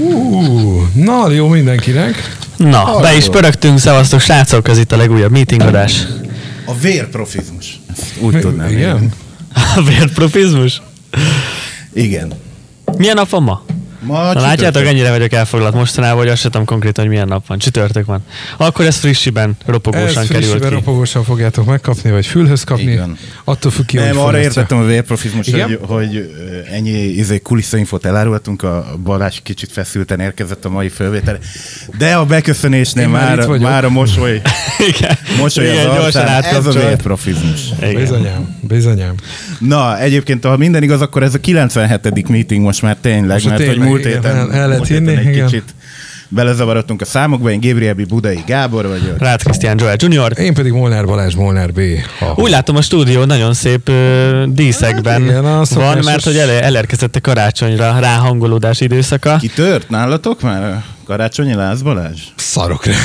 Na, jó mindenkinek. Na, be is pörögtünk, szevasztok srácok, ez itt a legújabb meetingadás. A vérprofizmus. Ezt úgy tudnám. Igen? A vérprofizmus? Igen. Milyen nap van ma? Ma Na, látjátok, ennyire vagyok elfoglalt mostanában, hogy azt sem tudom konkrétan, hogy milyen nap van. Csütörtök van. Akkor ez frissiben, ropogósan került ki. Ropogósan fogjátok megkapni, vagy fülhöz kapni. Igen. Attól függ ki, nem, hogy arra értettem a vérprofizmus, Igen? hogy ennyi kulisszainfót elárultunk, a Balázs kicsit feszülten érkezett a mai fölvétel. De a beköszönésnél már a mosoly az arcán, ez a vérprofizmus. Bizonyám. Na, egyébként, ha minden igaz, akkor ez a 97. meeting most már tényleg, mert hogy múlt héten egy kicsit belezavarodtunk a számokba. Én Gabriel Budai Gábor vagyok. Rácz Krisztián Joel Junior. Én pedig Molnár Balázs, Molnár B. Úgy látom, a stúdió nagyon szép díszekben van, mert hogy elérkezett a karácsonyra ráhangolódás időszaka. Kitört nálatok már karácsonyi Lász Balázs? Szarok rá.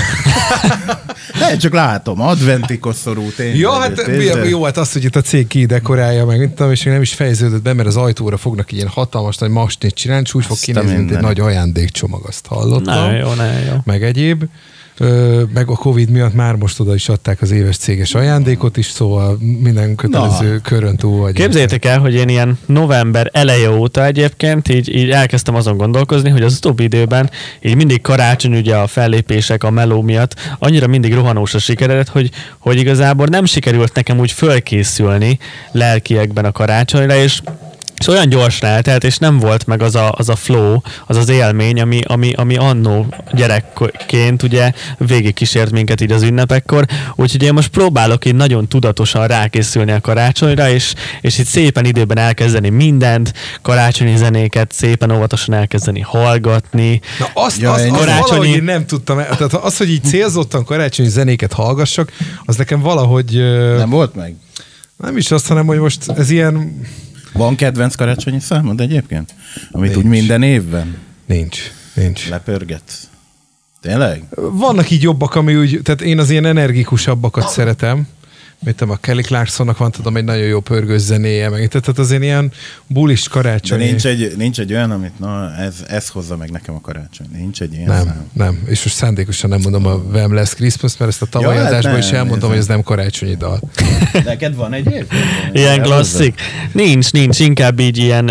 Nem, csak látom, adventi koszorú tényleg. Ja, hát jó, hát azt, hogy itt a cég kidekorálja meg, mint tudom, és még nem is fejeződött be, mert az ajtóra fognak ilyen hatalmas nagy masnit csinálni, és úgy fog kinézni, mint egy nagy ajándékcsomag, azt hallottam. Nagyon jó. Meg egyéb. Meg a Covid miatt már most oda is adták az éves céges ajándékot is, szóval minden kötelező körön túl vagy. Képzeljétek el, hogy én ilyen november eleje óta egyébként így elkezdtem azon gondolkozni, hogy az utóbbi időben így mindig karácsony, ugye a fellépések, a meló miatt annyira mindig rohanósra sikeredett, hogy igazából nem sikerült nekem úgy fölkészülni lelkiekben a karácsonyra, és olyan gyorsan eltelt, és nem volt meg az a flow, az élmény, ami annó gyerekként ugye végigkísért minket így az ünnepekkor. Úgyhogy én most próbálok így nagyon tudatosan rákészülni a karácsonyra, és itt szépen időben elkezdeni mindent, karácsonyi zenéket szépen óvatosan elkezdeni hallgatni. Na azt valahogy én nem tudtam, tehát az, hogy így célzottan karácsonyi zenéket hallgassak, az nekem valahogy... Nem volt meg? Nem is azt, hanem hogy most ez ilyen... Van kedvenc karácsonyi számod egyébként? Amit úgy minden évben? Nincs. Lepörgetsz? Tényleg? Vannak így jobbak, ami úgy, tehát én az ilyen energikusabbakat szeretem. Mint a Kelly Clarksonnak van, tudom, egy nagyon jó pörgős zenéje, meg tehát azért ilyen bulis karácsony. De nincs egy olyan, amit ez hozza meg nekem a karácsony. Nincs egy ilyen szám. Nem. És most szándékosan nem mondom a When Last Christmas, mert ezt a tavalyi adásban is elmondtam, hogy ez nem karácsonyi dal. Neked van egy ilyen klasszik? Nincs, inkább így ilyen...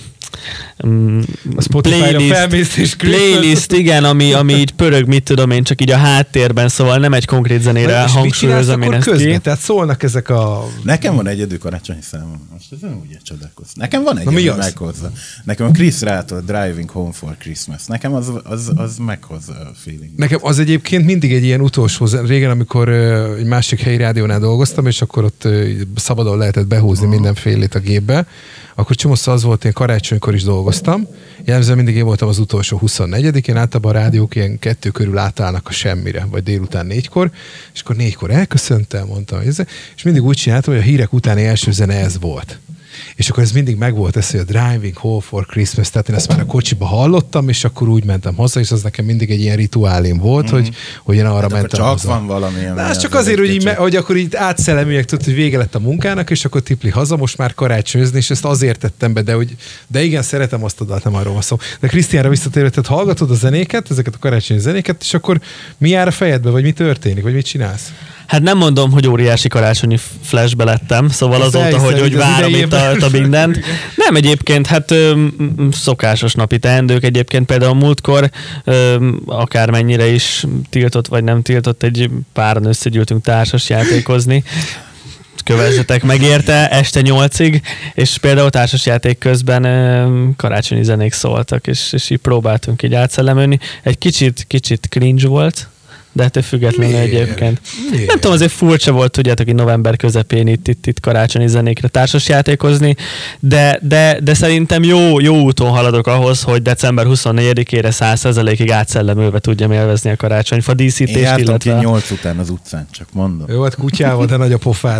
a Spotify-ra felmész és playlist, igen, ami így pörög, mit tudom én, csak így a háttérben, szóval nem egy konkrét zenére hangsúlyozom én ezt ki. Tehát szólnak ezek a... Nekem van egyedül karácsonyi számom. Most ezen úgy csodálkozz. Nekem van egy, ami meghozza. Nekem a Chris Rától Driving Home for Christmas. Nekem az meghozza a feeling. Nekem az egyébként mindig egy ilyen utolsó, régen, amikor egy másik helyi rádiónál dolgoztam, és akkor ott szabadon lehetett behúzni mindenfélét a gépbe, akkor csomószor az volt, én karácsonykor is dolgoztam. Jellemzően mindig én voltam az utolsó 24-én, általában a rádiók ilyen 2 körül átállnak a semmire, vagy délután 4-kor, és akkor 4-kor elköszöntem, mondtam, és mindig úgy csináltam, hogy a hírek utáni első zene ez volt. És akkor ez mindig megvolt ez, hogy a Driving Home for Christmas, tehát én ezt már a kocsiba hallottam, és akkor úgy mentem haza, és az nekem mindig egy ilyen rituálém volt, hogy én arra hát mentem csak haza. Van valami. Ez csak azért, hogy akkor így átszellemüljek, tudod, hogy vége lett a munkának, és akkor tipli haza, most már karácsonyozni, és ezt azért tettem be, de igen, szeretem azt a dalt, nem arról van szó. De Krisztiánra visszatérve, tehát hallgatod a zenéket, ezeket a karácsonyi zenéket, és akkor mi jár a fejedbe, vagy mi történik, vagy mit csinálsz? Hát nem mondom, hogy óriási karácsonyi flashbe lettem, szóval azóta, hogy várom itt a mindent. Nem egyébként, hát szokásos napi teendők egyébként, például múltkor akármennyire is tiltott vagy nem tiltott, egy páran összegyűltünk társas játékozni. Kövessetek meg érte este 8-ig, és például társasjáték közben karácsonyi zenék szóltak, és így próbáltunk így átszellemülni. Egy kicsit cringe volt, de ettől függetlenül egyébként. Nem tudom, azért furcsa volt, tudjátok, hogy november közepén itt karácsonyi zenékre társasjátékozni, de szerintem jó úton haladok ahhoz, hogy december 24-ére 100%-ig átszellemülve tudjam élvezni a karácsonyfa díszítést. Én jártam ki 8 után az utcán, csak mondom. Jó, hát kutyával, de nagy a pofád.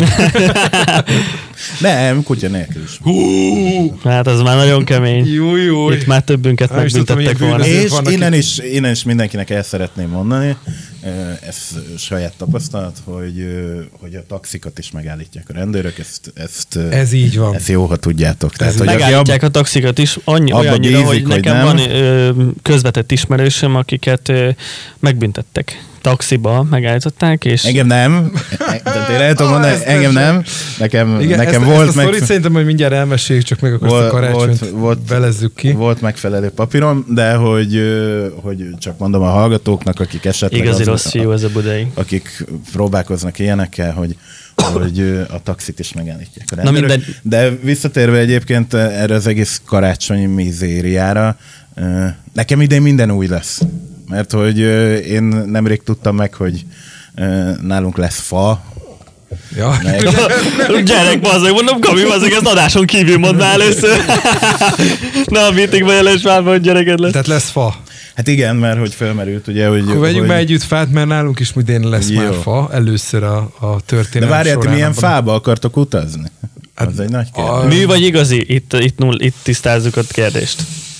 Nem, kutya nélkül is. Hát az már nagyon kemény. Jó. Itt már többünket megbüntettek volna. És innen is mindenkinek el szeretném mondani, ez saját tapasztalat, hogy a taxikat is megállítják a rendőrök, ez így van. Ezt jó, ha tudjátok. Tehát, megállítják a taxikat is olyannyira, hogy nekem van közvetett ismerősöm, akiket megbüntettek. Taxiba megállították, és... Engem nem. De én el tudom mondani, engem nem. Nekem volt ezt a szerintem, hogy mindjárt elmeséljük, csak meg akkor ezt a karácsonyt belezzük ki. Volt megfelelő papírom, de hogy csak mondom a hallgatóknak, akik esetleg... Igazi rossz fiú ez a budai. Akik próbálkoznak ilyenekkel, hogy a taxit is megállítják a rendőrök. De visszatérve egyébként erre az egész karácsonyi mizériára, nekem idén minden új lesz. Mert hogy én nemrég tudtam meg, hogy nálunk lesz fa. Ja. Gyerek, bazzeg, mondom, Gabi, bazzeg, ezt adáson kívül mondd már először. Na, a meetingben jelents már, hogy gyereked lesz. Tehát lesz fa. Hát igen, mert hogy felmerült, ugye, hogy... Akkor vegyünk már együtt fát, mert nálunk is idén lesz már fa. Először a történelem során. De várjál, ti milyen fába akartok utazni? Hát, az egy nagy kérdés. Mű vagy igazi? Itt tisztázzuk a kérdést.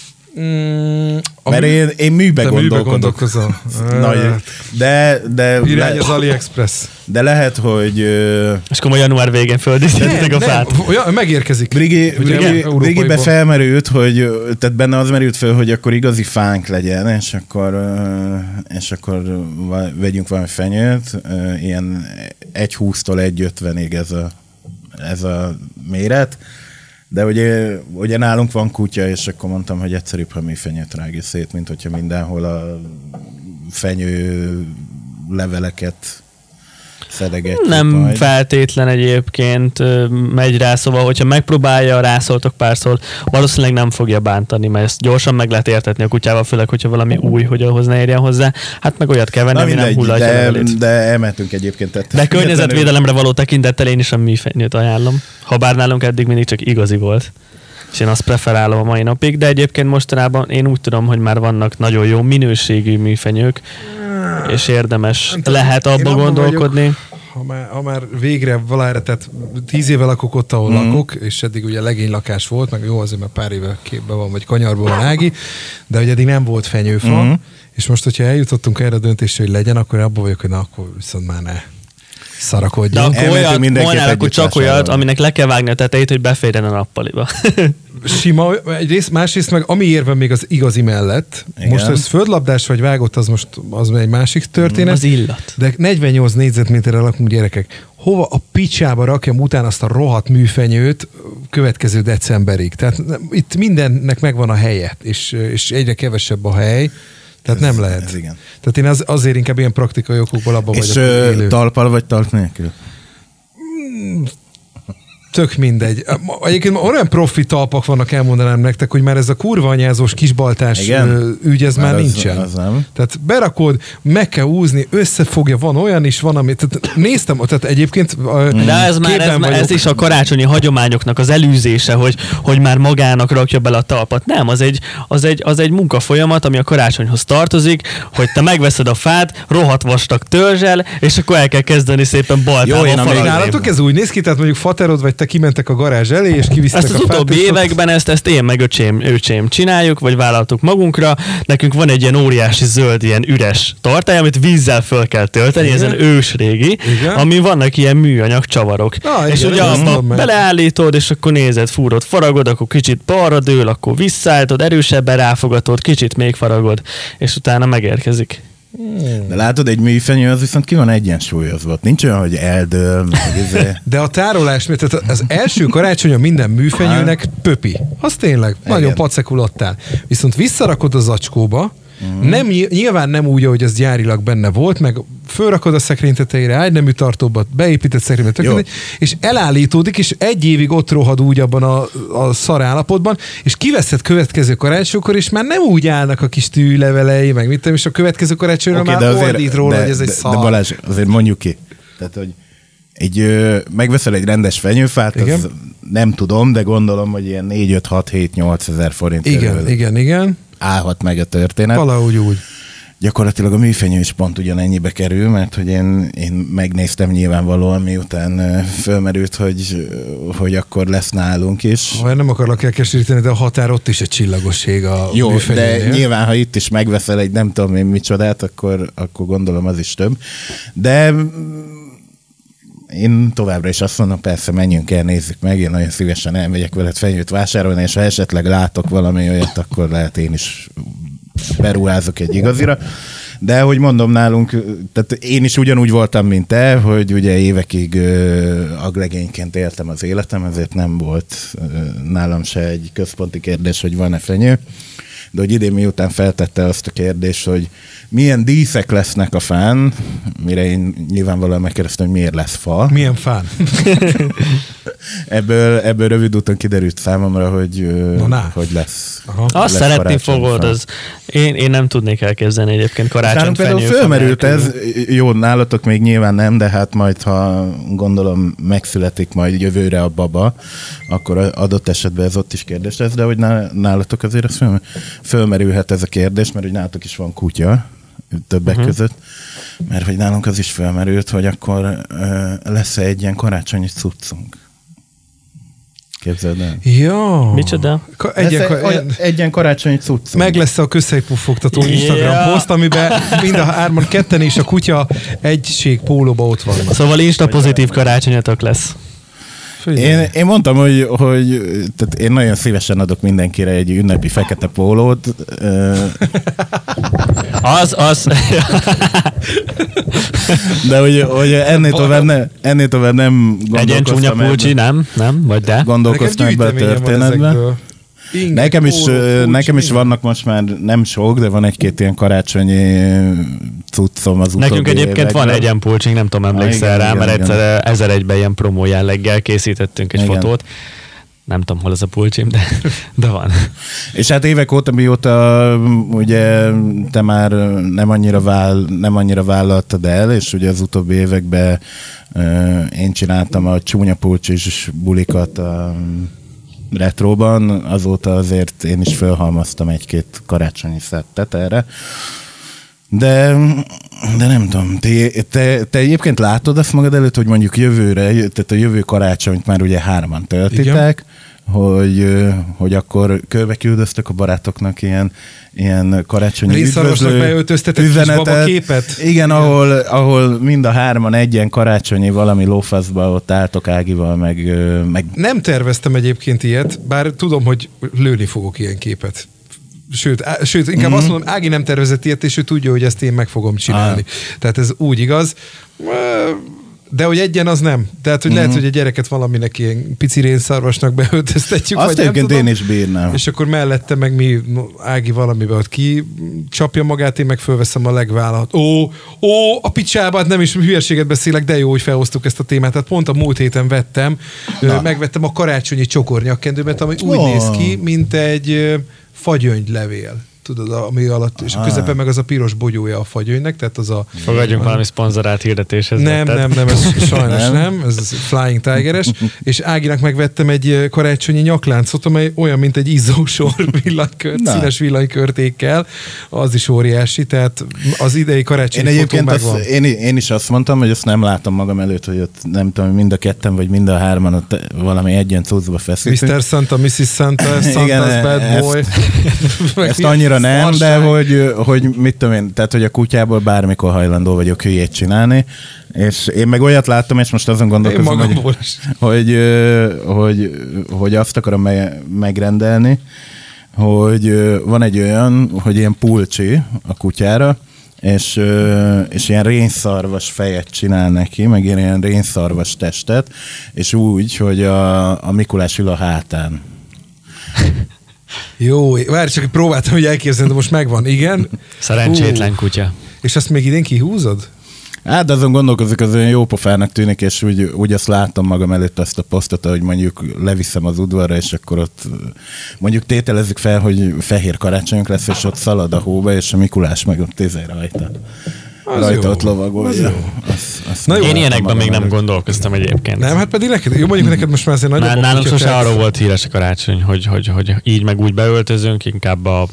Mert én műbe gondolkozom. De irány az AliExpress. De lehet, hogy... És akkor a január végén földíszítik a fát. Ja, megérkezik. Brigibe felmerült, hogy tehát benne az merült fel, hogy akkor igazi fánk legyen, és akkor vegyünk valami fenyőt, ilyen 1,20-tól 1,50-ig ez a méret. De ugye nálunk van kutya, és akkor mondtam, hogy egyszerűbb, ha mi fenyőt rágja szét, mint hogyha mindenhol a fenyő leveleket szedegetjük. Nem majd. Feltétlen egyébként megy rá, szóval, hogyha megpróbálja, rászóltok párszor, valószínűleg nem fogja bántani, mert ezt gyorsan meg lehet értetni a kutyával, főleg, hogyha valami új, hogy ahhoz ne érjen hozzá. Hát meg olyat kell venni, ami nem hullatja levelét. De elmentünk egyébként. De környezetvédelemre való tekintettel én is a műfenyőt ajánlom. Habár nálunk eddig mindig csak igazi volt. És én azt preferálom a mai napig, de egyébként mostanában én úgy tudom, hogy már vannak nagyon jó minőségű műfenyők, és érdemes lehet abba gondolkodni. Ha már végre valahára, tehát 10 éve lakok ott, ahol lakok, és eddig ugye legénylakás volt, meg jó, azért már pár éve képben van, vagy kanyarban van Ági, de ugye eddig nem volt fenyőfa, és most, hogyha eljutottunk erre a döntésre, hogy legyen, akkor abban vagyok, hogy na, akkor viszont már ne szarakodjon. De akkor olyat, akkor csak olyat, aminek le kell vágni a tetejét, hogy beférjen a nappaliba. Sima egyrészt, másrészt meg ami érve még az igazi mellett. Igen. Most ez földlabdás vagy vágott, az egy másik történet. Az illat. De 48 négyzetméterre lakunk, gyerekek. Hova a picsába rakjam után azt a rohadt műfenyőt következő decemberig? Tehát itt mindennek megvan a helye, és egyre kevesebb a hely. Tehát nem lehet. Ez igen. Tehát én azért inkább ilyen praktikai okokból abban vagyok élő. És talppal vagy talp nélkül? Tök mindegy. Egyébként olyan profi talpak vannak, elmondanám nektek, hogy már ez a kurva anyázós kisbaltás ügy, ez már nincsen. Az nem. Tehát berakod, meg kell húzni, összefogja, van olyan is, van, amit néztem, tehát egyébként de ez is a karácsonyi hagyományoknak az elűzése, hogy már magának rakja bele a talpat. Nem, az egy munkafolyamat, ami a karácsonyhoz tartozik, hogy te megveszed a fát, rohadt vastag törzsel, és akkor el kell kezdeni szépen baltával faragni. Nálatok ez úgy néz ki, tehát mondjuk faterod vagy te kimentek a garázs elé, és kivisztek a fát. Ezt az utóbbi években ezt én meg öcsém csináljuk, vagy vállaltuk magunkra. Nekünk van egy ilyen óriási zöld, ilyen üres tartály, amit vízzel föl kell tölteni, ez egy ősrégi, ami vannak ilyen műanyag csavarok. És ugye abba beleállítod, és akkor nézed, fúrod, faragod, akkor kicsit balra dől, akkor visszaállítod, erősebben ráfogatod, kicsit még faragod, és utána megérkezik. De látod, egy műfenyő az viszont ki van egyensúlyozva. Nincs olyan, hogy eldől. De a tárolás, tehát az első karácsonyon minden műfenyőnek pöpi. Az tényleg, nagyon pacekul adtál. Viszont visszarakod a zacskóba, nyilván nem úgy, ahogy az gyárilag benne volt, meg fölrakod a szekrény tetejére, ágynemű tartóba, beépített szekrénybe, és elállítódik, és egy évig ott rohad úgy abban a szar állapotban, és kiveszed következő karácsonykor, és már nem úgy állnak a kis tűlevelei, meg mit tudom, és a következő karácsonyra már ordít róla, hogy ez egy szar. De Balázs, azért mondjuk ki. Tehát, hogy megveszel egy rendes fenyőfát, az nem tudom, de gondolom, hogy ilyen 4-5-6-7-8 ezer forint. Igen. Állhat meg a történet. Valahogy úgy. gyakorlatilag a műfenyő is pont ugyanennyibe kerül, mert hogy én megnéztem nyilvánvalóan, miután fölmerült, hogy akkor lesz nálunk is. Nem akarlak elkeseríteni, de a határ ott is egy csillagosség a jó, műfenyőnél. De nyilván, ha itt is megveszel egy nem tudom én micsodát, akkor gondolom az is több. De én továbbra is azt mondom, persze menjünk el, nézzük meg, én nagyon szívesen elmegyek veled fenyőt vásárolni, és ha esetleg látok valami olyat, akkor lehet én is beruházok egy igazira. De hogy mondom nálunk, tehát én is ugyanúgy voltam, mint te, hogy ugye évekig aglegényként éltem az életem, ezért nem volt nálam se egy központi kérdés, hogy van-e fenyő. De hogy idén miután feltette azt a kérdést, hogy milyen díszek lesznek a fán, mire én nyilvánvalóan megkérdeztem, hogy miért lesz fa. Milyen fán? Ebből rövid úton kiderült számomra, hogy lesz. Azt szeretni fogod, én nem tudnék elképzelni egyébként karácsony fenyőfa. Például fölmerült ez, jó, nálatok még nyilván nem, de hát majd, ha gondolom megszületik majd jövőre a baba, akkor adott esetben ez ott is kérdés lesz, de hogy nálatok azért az fölmerülhet ez a kérdés, mert hogy nálatok is van kutya többek között, mert hogy nálunk az is fölmerült, hogy akkor lesz-e egy ilyen karácsonyi cuccunk. Képzeld el. Ja. Micsoda? Egy ilyen karácsonyi cuccunk. Meg lesz a közhelypuffogtató Instagram poszt, amiben mind a hárman, ketten és a kutya egység pólóba ott van. Szóval Insta pozitív karácsonyatok lesz. Én mondtam, hogy tehát én nagyon szívesen adok mindenkire egy ünnepi fekete pólót. Az. De hogy ennél tovább nem gondolkoztam. Egyen csúnya pulcsi, nem? Vagy de? Gondolkoztam ebben a történetben. Nekem is vannak most már nem sok, de van egy-két ilyen karácsonyi cuccom az utóbbi Nekünk egyébként években. van egyen pulcsink, nem tudom, emlékszel rá, mert egyszer 1001-ben ilyen promó jelleggel készítettünk egy fotót. Nem tudom, hol az a pulcsim, de van. És hát évek óta, mióta ugye te már nem annyira vállaltad el, és ugye az utóbbi években én csináltam a csúnya pulcsis bulikat a retróban, azóta azért én is felhalmaztam egy-két karácsonyi szettet erre. De nem tudom, te egyébként látod azt magad előtt, hogy mondjuk jövőre, tehát a jövő karácsonyt már ugye 3-an töltitek, hogy akkor körbe küldöztök a barátoknak ilyen karácsonyi üdvözlő üzenetet. Képet. Igen, ahol mind a 3-an egy ilyen karácsonyi valami lófaszba ott álltok Ágival, meg... Nem terveztem egyébként ilyet, bár tudom, hogy lőni fogok ilyen képet. Sőt, inkább azt mondom, Ági nem tervezett ilyet, és ő tudja, hogy ezt én meg fogom csinálni. Tehát ez úgy igaz. De hogy egyen az nem. Tehát, hogy lehet, hogy a gyereket valaminek ilyen pici rénszarvasnak beöltöztetjük, azt vagy nem tudom. Én is bírnám. És akkor mellette meg Ági valamiben ott kicsapja magát, én meg fölveszem a legvállalhat. A picsában, nem is hülyeséget beszélek, de jó, hogy felhoztuk ezt a témát. Tehát pont a múlt héten megvettem a karácsonyi csokornyakkendőmet, ami úgy néz ki, mint egy fagyöngylevél. Tudod, ami alatt, és a közepen meg az a piros bogyója a fagyönynek, tehát az a... Fogadjunk valami szponzorált hirdetéshez. Nem, ez sajnos nem, ez Flying Tigeres, és Áginak megvettem egy karácsonyi nyakláncot, amely olyan, mint egy izzósor színes villanykörtékkel, az is óriási, tehát az idei karácsonyi fotó megvan. Én is azt mondtam, hogy azt nem látom magam előtt, hogy ott nem tudom, mind a ketten, vagy mind a 3-an ott valami egyen cuccba feszítünk. Mr. Santa, Mrs. Santa, Santa's Bad Boy. Ezt annyira nem, de hogy mit tudom én, tehát hogy a kutyából bármikor hajlandó vagyok hülyét csinálni, és én meg olyat láttam, és most azon gondolkozom, hogy azt akarom megrendelni, hogy van egy olyan, hogy ilyen pulcsi a kutyára, és ilyen rénszarvas fejet csinál neki, meg ilyen rénszarvas testet, és úgy, hogy a Mikulás ül a hátán. Jó, várj, csak próbáltam, hogy elképzelni, de most megvan, igen. Szerencsétlen kutya. És azt még idén kihúzod? Hát azon gondolkozik, az olyan jó pofának tűnik, és úgy azt látom magam előtt azt a posztot, hogy mondjuk leviszem az udvarra, és akkor ott mondjuk tételezzük fel, hogy fehér karácsonyunk lesz, és ott szalad a hóba, és a Mikulás meg ott rajta. rajta ott lovagolja. Én ilyenekben még nem gondolkoztam egyébként. Nem, hát pedig neked, jó, mondjuk neked most már azért nagyobb. Nálunk sose arról volt híres a karácsony, hogy így meg úgy beöltözünk, inkább a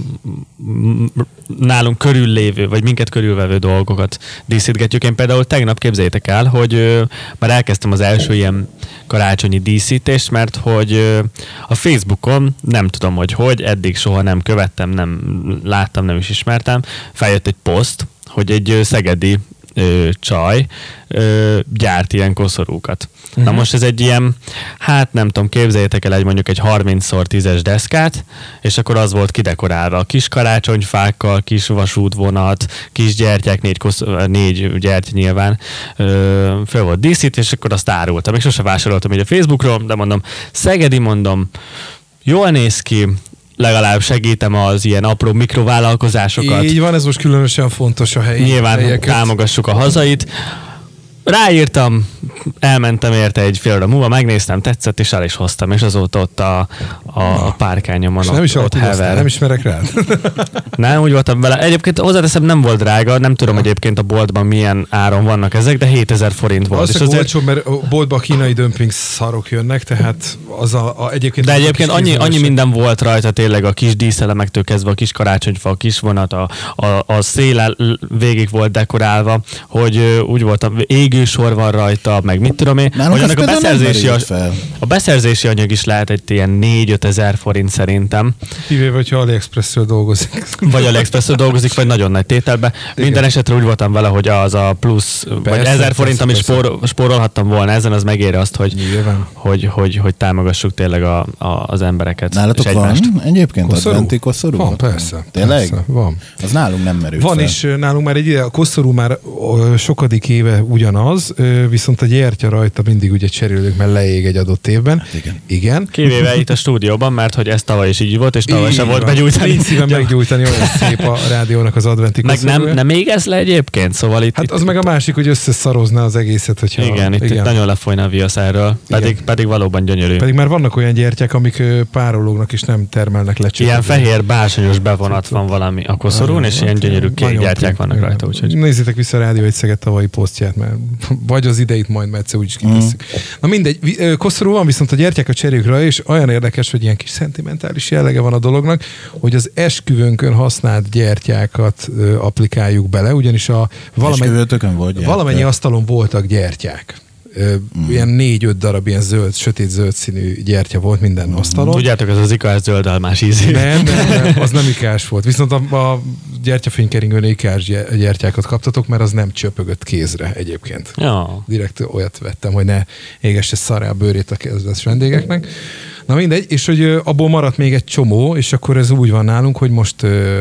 nálunk körüllévő, vagy minket körülvevő dolgokat díszítgetjük. Én például tegnap képzeljétek el, hogy már elkezdtem az első ilyen karácsonyi díszítést, mert hogy a Facebookon, nem tudom, hogy eddig soha nem követtem, nem láttam, nem is ismertem, feljött egy poszt, hogy egy szegedi csaj gyárt ilyen koszorúkat. Na most ez egy ilyen, hát nem tudom, képzeljétek el mondjuk egy 30x10-es deszkát, és akkor az volt kidekorálva kis karácsonyfákkal, kis vasútvonat, kis gyertyák, 4 gyertya nyilván föl volt díszít, és akkor azt árultam. Még sose vásároltam így a Facebookról, de mondom, szegedi, mondom, jól néz ki, legalább segítem az ilyen apró mikrovállalkozásokat. Így van, ez most különösen fontos a helyi nyilván helyeket. Támogassuk a hazait. Ráírtam, elmentem érte egy fél óra múlva, megnéztem, tetszett, és el is hoztam, és azóta ott a párkányomon ott hever. Nem ismerek rád. Nem, úgy voltam vele. Egyébként hozzáteszem, nem volt drága, nem tudom egyébként a boltban milyen áron vannak ezek, de 7000 forint volt. Az olcsó, mert a boltban a kínai dömping szarok jönnek, tehát az egyébként... De egyébként annyi minden volt rajta tényleg, a kis díszelemektől kezdve, a kis karácsonyfa, a kis vonat, a széle végig volt dekorálva, hogy úgy voltam, égősor van rajta, meg mit tudom én, hogy annak a beszerzési anyag is lehet egy ilyen 4-5 ezer forint szerintem. Kivéve, hogyha AliExpressről dolgozik. Vagy AliExpressről dolgozik, vagy nagyon nagy tételbe. Igen. Minden esetre úgy voltam vele, hogy az a plusz, persze, vagy 1000 forint, amit spórolhattam volna ezen, az megéri azt, hogy támogassuk tényleg az embereket. Nálatok van egyébként adventi koszorú? Van, persze. Tényleg? Persze, van. Az nálunk nem merült van fel. is, nálunk már egy ide, a koszorú már sokadik éve ugyanaz, viszont a gyertya rajta mindig ugye cserélődik, mert leég egy adott évben. Hát igen. Kivéve itt a stúdióban, mert hogy ez tavaly is így volt, és tavaly sem volt begyújtani. Nincs szívem meggyújtani, olyan szép a rádiónak az adventi koszorúja. Meg nem égez le egyébként, szóval itt... Hát az meg a másik, hogy összeszarozná az egészet, hogyha... Igen, itt nagyon lefolyna a viasz erről, pedig valóban gyönyörű. Pedig már vannak olyan gyertyák, amik párolognak és nem termelnek le. Ilyen fehér bársonyos bevonat van valami a koszorún, és ilyen gyönyörű kék gyertyák vannak rajta. Úgyhogy... Nézzétek vissza a Rádió egy Szeged tavalyi posztját, mert vagy az ideit majd, mert egyszer úgyis kitesszük. Na mindegy, koszorú van, viszont a gyertyákat cseréljük rá, és olyan érdekes, hogy ilyen kis szentimentális jellege van a dolognak, hogy az esküvőnkön használt gyertyákat applikáljuk bele, ugyanis valamennyi asztalon voltak gyertyák. Ilyen 4-5 darab ilyen zöld, sötét zöld színű gyertya volt minden asztalon. Tudjátok, ez az ikás zöld almás ízű. Nem, az nem ikás volt. Viszont a gyertyafénykeringőn ikás gyertyákat kaptatok, mert az nem csöpögött kézre egyébként. Ja. Direkt olyat vettem, hogy ne égesse szarrá a bőrét a kedves vendégeknek. Na mindegy, és hogy abból maradt még egy csomó, és akkor ez úgy van nálunk, hogy most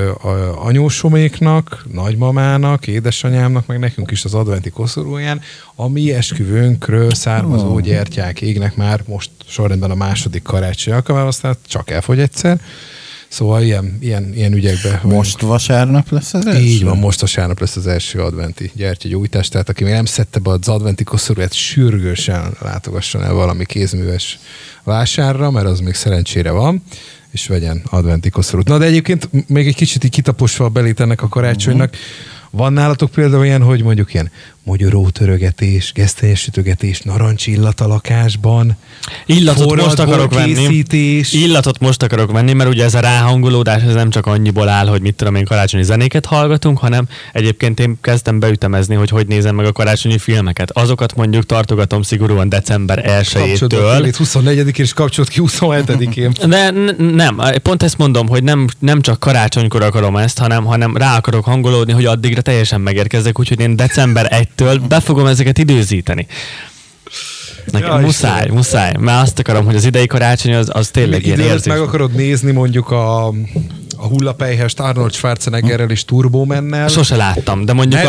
anyósoméknak, nagymamának, édesanyámnak, meg nekünk is az adventi koszorúján a mi esküvőnkről származó gyertyák égnek már most sorrendben a második karácsony alkalmával, aztán csak elfogy egyszer. Szóval ilyen ügyekben. Most vasárnap lesz az első? Így van, most vasárnap lesz az első adventi gyertyagyújtás, tehát aki még nem szedte be az adventi koszorúját, sürgősen látogasson el valami kézműves vásárra, mert az még szerencsére van, és vegyen adventi koszorút. Na de egyébként még egy kicsit így kitaposva a belét ennek a karácsonynak, van nálatok például ilyen, hogy mondjuk ilyen magyarótörögetés, gesztenyesütögetés, narancsillat a lakásban, Illatot most akarok venni, mert ugye ez a ráhangolódás, ez nem csak annyiból áll, hogy mit tudom én, karácsonyi zenéket hallgatunk, hanem egyébként én kezdtem beütemezni, hogy nézem meg a karácsonyi filmeket. Azokat mondjuk tartogatom szigorúan december 1-től. 24-én és kapcsolt ki 27-én. De nem, pont ezt mondom, hogy nem csak karácsonykor akarom ezt, hanem rá akarok hangolódni, hogy addigra teljesen megérkezzek, úgyhogy én december 1-től be fogom ezeket időzíteni. Nekem muszáj, mert azt akarom, hogy az idei karácsony az tényleg ilyen érzés. Meg akarod nézni mondjuk a hullapelyhest Arnold Schwarzeneggerrel és Turbo Mennel. Sose láttam, de mondjuk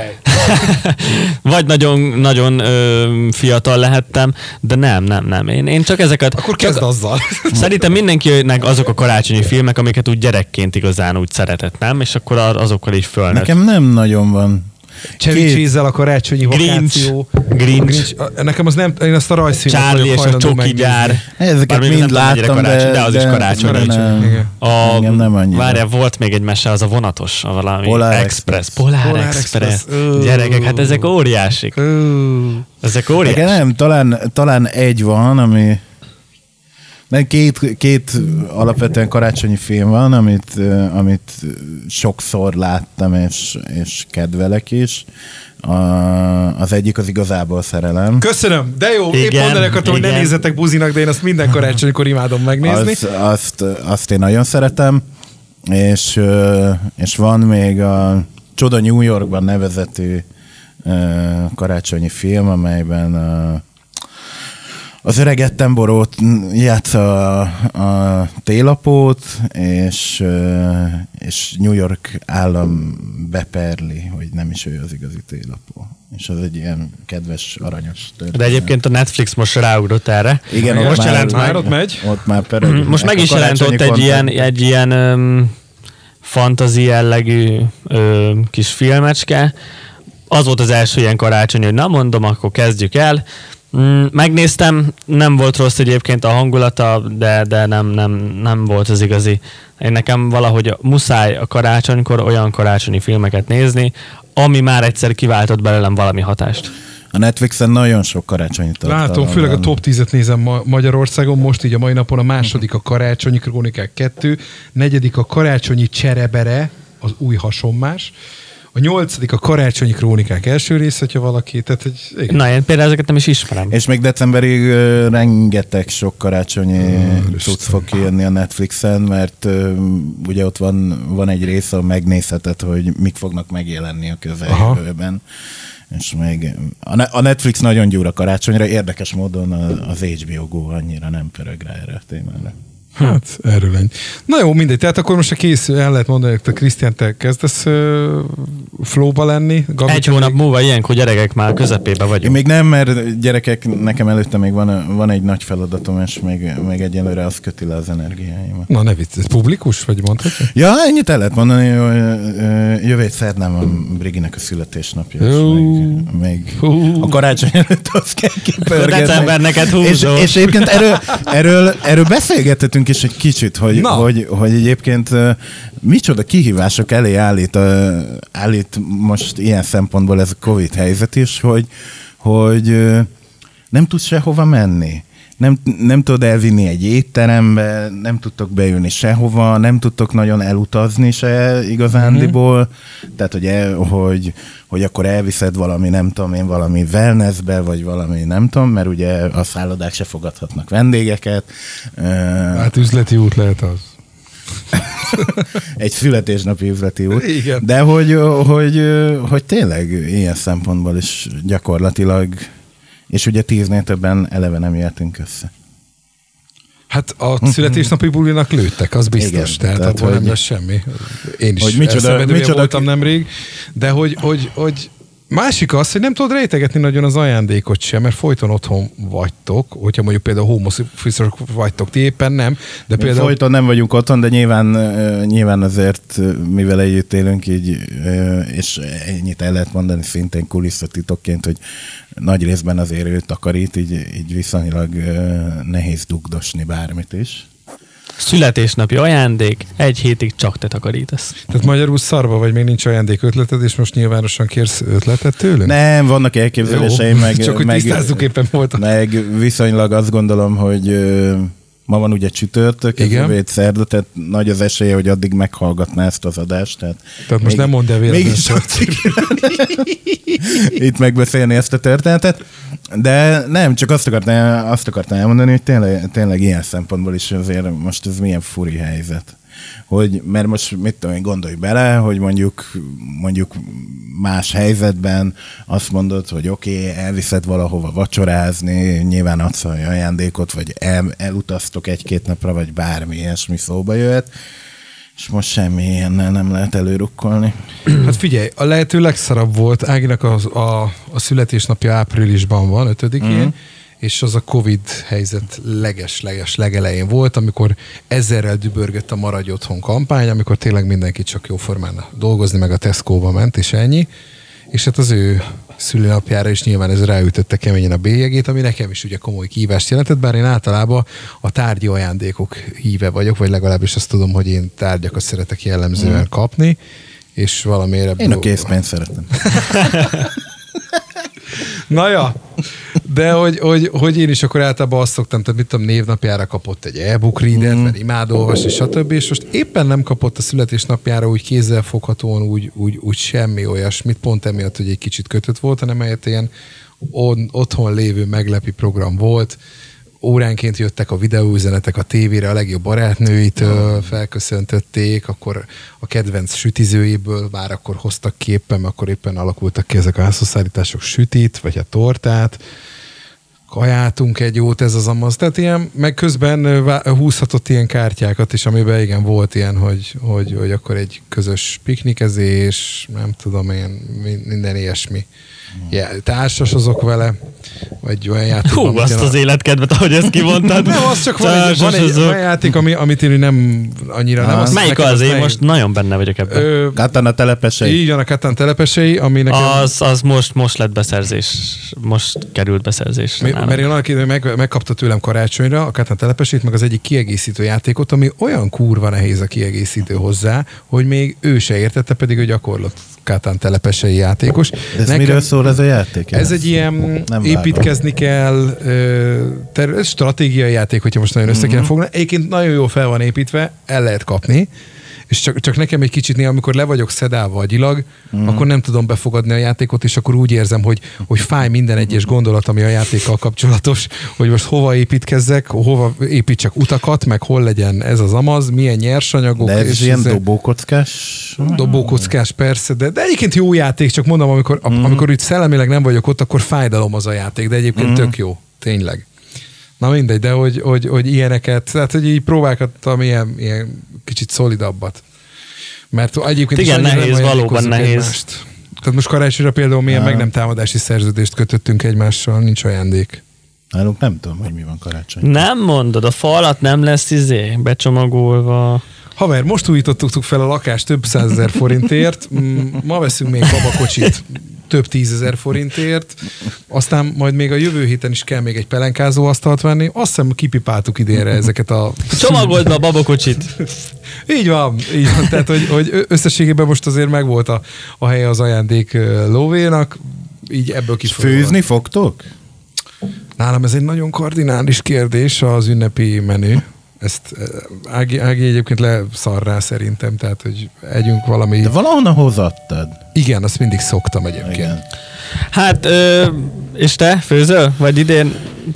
vagy nagyon fiatal lehettem, de nem. Én csak ezeket... Akkor kezd azzal. Szerintem mindenkinek azok a karácsonyi filmek, amiket úgy gyerekként igazán úgy szeretett, nem? És akkor azokkal is fölnőtt. Nekem nem nagyon van. Chevy Chase-zel a karácsonyi vakáció. Grinch. Nekem az nem, én azt a rajzfilmet Charlie és a Csoki gyár. Ezeket mind láttam, de az is karácsonyi. Nem annyira. Várjál, volt még egy mese, az a vonatos, a valami Polar Express. Polar Express. Gyerekek, hát ezek óriásik. Ezek óriásik. Nem, talán egy van, ami... Mert két alapvetően karácsonyi film van, amit sokszor láttam, és kedvelek is. Az egyik az igazából Szerelem. Köszönöm, de jó, épp mondani akartam, hogy ne nézzetek buzinak, de én azt minden karácsonykor imádom megnézni. Azt én nagyon szeretem, és van még a Csoda New Yorkban nevezetű karácsonyi film, amelyben az öreg Attenborough játsza a télapót, és New York állam beperli, hogy nem is ő az igazi télapó. És az egy ilyen kedves, aranyos történet. De egyébként a Netflix most ráugrott erre. Igen, most jelent már ott megy. Ott már pereg. Most meg is jelent ott egy ilyen fantasy jellegű kis filmecske. Az volt az első ilyen karácsony, hogy na mondom, akkor kezdjük el. Megnéztem, nem volt rossz egyébként a hangulata, de nem volt az igazi. Én nekem valahogy muszáj a karácsonykor olyan karácsonyi filmeket nézni, ami már egyszer kiváltott belőlem valami hatást. A Netflixen nagyon sok karácsonyi tartalom. Látom, főleg a top 10-et nézem Magyarországon, most így a mai napon a második a Karácsonyi Krónikák 2, negyedik a Karácsonyi Cserebere, az új hasonmás, a 8. a Karácsonyi Krónikák első rész, hogyha valaki, tehát hogy... Na, én például ezeket nem is ismerem. És még decemberig rengeteg sok karácsonyi cucc fog kijönni a Netflixen, mert ugye ott van egy rész, ahol megnézheted, hogy mik fognak megjelenni a közeljövőben. És még a Netflix nagyon gyúr a karácsonyra, érdekes módon az HBO Go annyira nem pörög rá erre a témára. Hát, erről ennyi. Na jó, mindegy. Tehát akkor most el lehet mondani, hogy te Krisztián, te kezdesz flowba lenni. Gabi, egy hónap múlva ilyenkor gyerekek már közepébe vagyunk. Én még nem, mert gyerekek, nekem előtte még van egy nagy feladatom, és még egyelőre az köti le az energiáimat. Na ne vicc, ez publikus, vagy mondhatja? Ja, ennyit el lehet mondani, hogy jövő szerdán van Briginek a születésnapja, és még a karácsony előtt azt kell kipörgetni. December neked húzó. És egyébként erről beszélgethetünk is egy kicsit, hogy egyébként micsoda kihívások elé állít most ilyen szempontból ez a Covid helyzet is, hogy nem tudsz sehova menni. Nem tudod elvinni egy étterembe, nem tudtok beülni sehova, nem tudtok nagyon elutazni se igazándiból. Tehát, hogy akkor elviszed valami, nem tudom én, valami wellnessbe, vagy valami, nem tudom, mert ugye a szállodák se fogadhatnak vendégeket. Hát üzleti út lehet az. Egy születésnapi üzleti út. Igen. De hogy tényleg ilyen szempontból is gyakorlatilag, és ugye 10-nél többen eleve nem jöttünk össze. Hát a születésnapi bulinak lőttek, az biztos. Igen, tehát abban nem lesz semmi. Én is elszenvedője voltam nemrég. De hogy másik az, hogy nem tudod rejtegetni nagyon az ajándékot sem, mert folyton otthon vagytok, hogyha mondjuk például home office-ok vagytok, ti éppen nem. De például... Folyton nem vagyunk otthon, de nyilván azért, mivel együtt élünk így, és ennyit el lehet mondani szintén kulisszatitokként, hogy nagy részben azért ő takarít, így viszonylag nehéz dugdosni bármit is. Születésnapi ajándék, egy hétig csak te takarítasz. Tehát magyarul szarva vagy, még nincs ajándék ötleted, és most nyilvánosan kérsz ötletet tőlünk? Nem, vannak elképzeléseim, csak hogy tisztázzuk éppen voltak. Meg viszonylag azt gondolom, hogy ma van ugye csütörtök, jövő szerda, tehát nagy az esélye, hogy addig meghallgatná ezt az adást. Tehát most nem mondd el véletlenül. Itt megbeszélni ezt a történetet. De nem, csak azt akartam elmondani, hogy tényleg ilyen szempontból is azért most ez milyen furi helyzet. Mert most mit tudom én, gondolj bele, hogy mondjuk más helyzetben azt mondod, hogy oké, elviszed valahova vacsorázni, nyilván adsz ajándékot, vagy elutaztok egy-két napra, vagy bármi ilyesmi szóba jöhet, és most semmi ilyennel nem lehet előrukkolni. Hát figyelj, a lehető legszarabb volt, Áginak a születésnapja áprilisban van, 5-én, és az a Covid helyzet leges legelején volt, amikor ezerrel dübörgött a Maradj Otthon kampány, amikor tényleg mindenki csak jóformán dolgozni, meg a Tesco-ba ment, és ennyi. és hát az ő szülinapjára is nyilván ez ráütötte keményen a bélyegét, ami nekem is ugye komoly kihívást jelentett, bár én általában a tárgyi ajándékok híve vagyok, vagy legalábbis azt tudom, hogy én tárgyakat szeretek jellemzően kapni, és valamiért ebből... Én a készpénzt szeretem. Na ja, de hogy én is akkor általában azt szoktam, tehát mit tudom, névnapjára kapott egy e-book reader, mert imád olvasni, stb. És most éppen nem kapott a születésnapjára úgy kézzelfoghatóan úgy semmi olyasmit, pont emiatt, hogy egy kicsit kötött volt, hanem helyett ilyen otthon lévő meglepi program volt. Óránként jöttek a videóüzenetek a tévére, a legjobb barátnőitől felköszöntötték, akkor a kedvenc sütizőjéből már akkor hoztak ki éppen, akkor éppen alakultak ki ezek a házhozszállítások sütit, vagy a tortát. Kajáltunk egy jót, ez az amaz. Tehát ilyen, meg közben húzhatott ilyen kártyákat is, amiben igen volt ilyen, hogy akkor egy közös piknikezés, nem tudom én, minden ilyesmi. Társasozok vele, vagy olyan játék. Hú, azt az életkedvet, ahogy ezt kimondtad. Nem, az csak van egy olyan játék, amit én nem annyira nem azt. Melyik az? Én most nagyon benne vagyok ebben. Katana telepesei. Így van, a Katana telepesei, ami nekem... Az most lett beszerzés. Most került beszerzés. Mert én valaki megkapta tőlem karácsonyra a Katana telepeseit, meg az egyik kiegészítő játékot, ami olyan kurva nehéz a kiegészítő hozzá, hogy még ő se értette, pedig ő gyakorlott Katana telepesei játékos. Ez miről szól ez a játék? Ez egy ilyen építkezni kell, ez stratégiai játék, hogyha most nagyon össze kéne foglalni. Egyébként nagyon jól fel van építve, el lehet kapni, és csak nekem egy kicsit néha, amikor le vagyok szedálva agyilag, akkor nem tudom befogadni a játékot, és akkor úgy érzem, hogy fáj minden egyes gondolat, ami a játékkal kapcsolatos, hogy most hova építkezzek, hova építsek utakat, meg hol legyen ez az amaz, milyen nyersanyagok. De ez ilyen dobókockás? Dobókockás, persze, de egyébként jó játék, csak mondom, amikor itt szellemileg nem vagyok ott, akkor fájdalom az a játék, de egyébként tök jó, tényleg. Na mindegy, de hogy ilyeneket, tehát hogy így próbálgattam ilyen kicsit szolidabbat. Mert egyébként igen, nehéz, valóban nehéz. Egymást. Tehát most karácsonyra például milyen meg nem támadási szerződést kötöttünk egymással, nincs ajándék. Nálunk nem tudom, hogy mi van karácsony. Nem mondod, a fa alatt nem lesz becsomagolva. Haver, most újítottuk fel a lakást több 100 000 forintért, ma veszünk még babakocsit több 10 000 forintért, aztán majd még a jövő héten is kell még egy pelenkázó asztalt venni, azt hiszem kipipáltuk idénre ezeket a... Csomagold be a babakocsit! Így van, tehát hogy összességében most azért megvolt a helye az ajándék lóvénak, így ebből kifolyólag. Főzni fogtok? Nálam ez egy nagyon kardinális kérdés, az ünnepi menü. Ezt Ági egyébként leszar rá szerintem, tehát, hogy együnk valami... De valahonnan hozattad. Igen, azt mindig szoktam egyébként. Igen. Hát, és te főzöl? Vagy idén?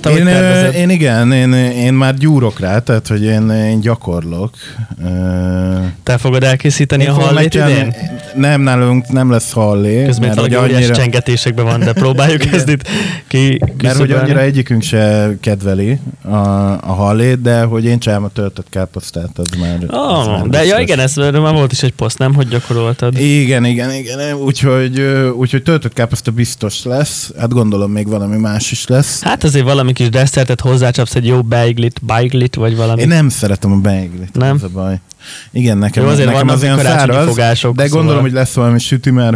Én már gyúrok rá, tehát, hogy én gyakorlok. Te fogod elkészíteni a hallét idén? Nem, nálunk nem lesz hallé. Közben valami óriás csengetésekben van, de próbáljuk ezt itt mert hogy annyira egyikünk se kedveli a hallét, de hogy én csinálom a töltött káposztát, az már... de ja igen, ez már volt is egy poszt, nem? Hogy gyakoroltad? Igen. Úgyhogy töltött káposzta biztos lesz. Hát gondolom még valami más is lesz. Hát azért valami kis desszertet hozzácsapsz, egy jó beiglit, vagy valami. Én nem szeretem a beiglit, nem? Ez a baj. Igen, nekem az olyan száraz, de gondolom, hogy lesz valami süti, mert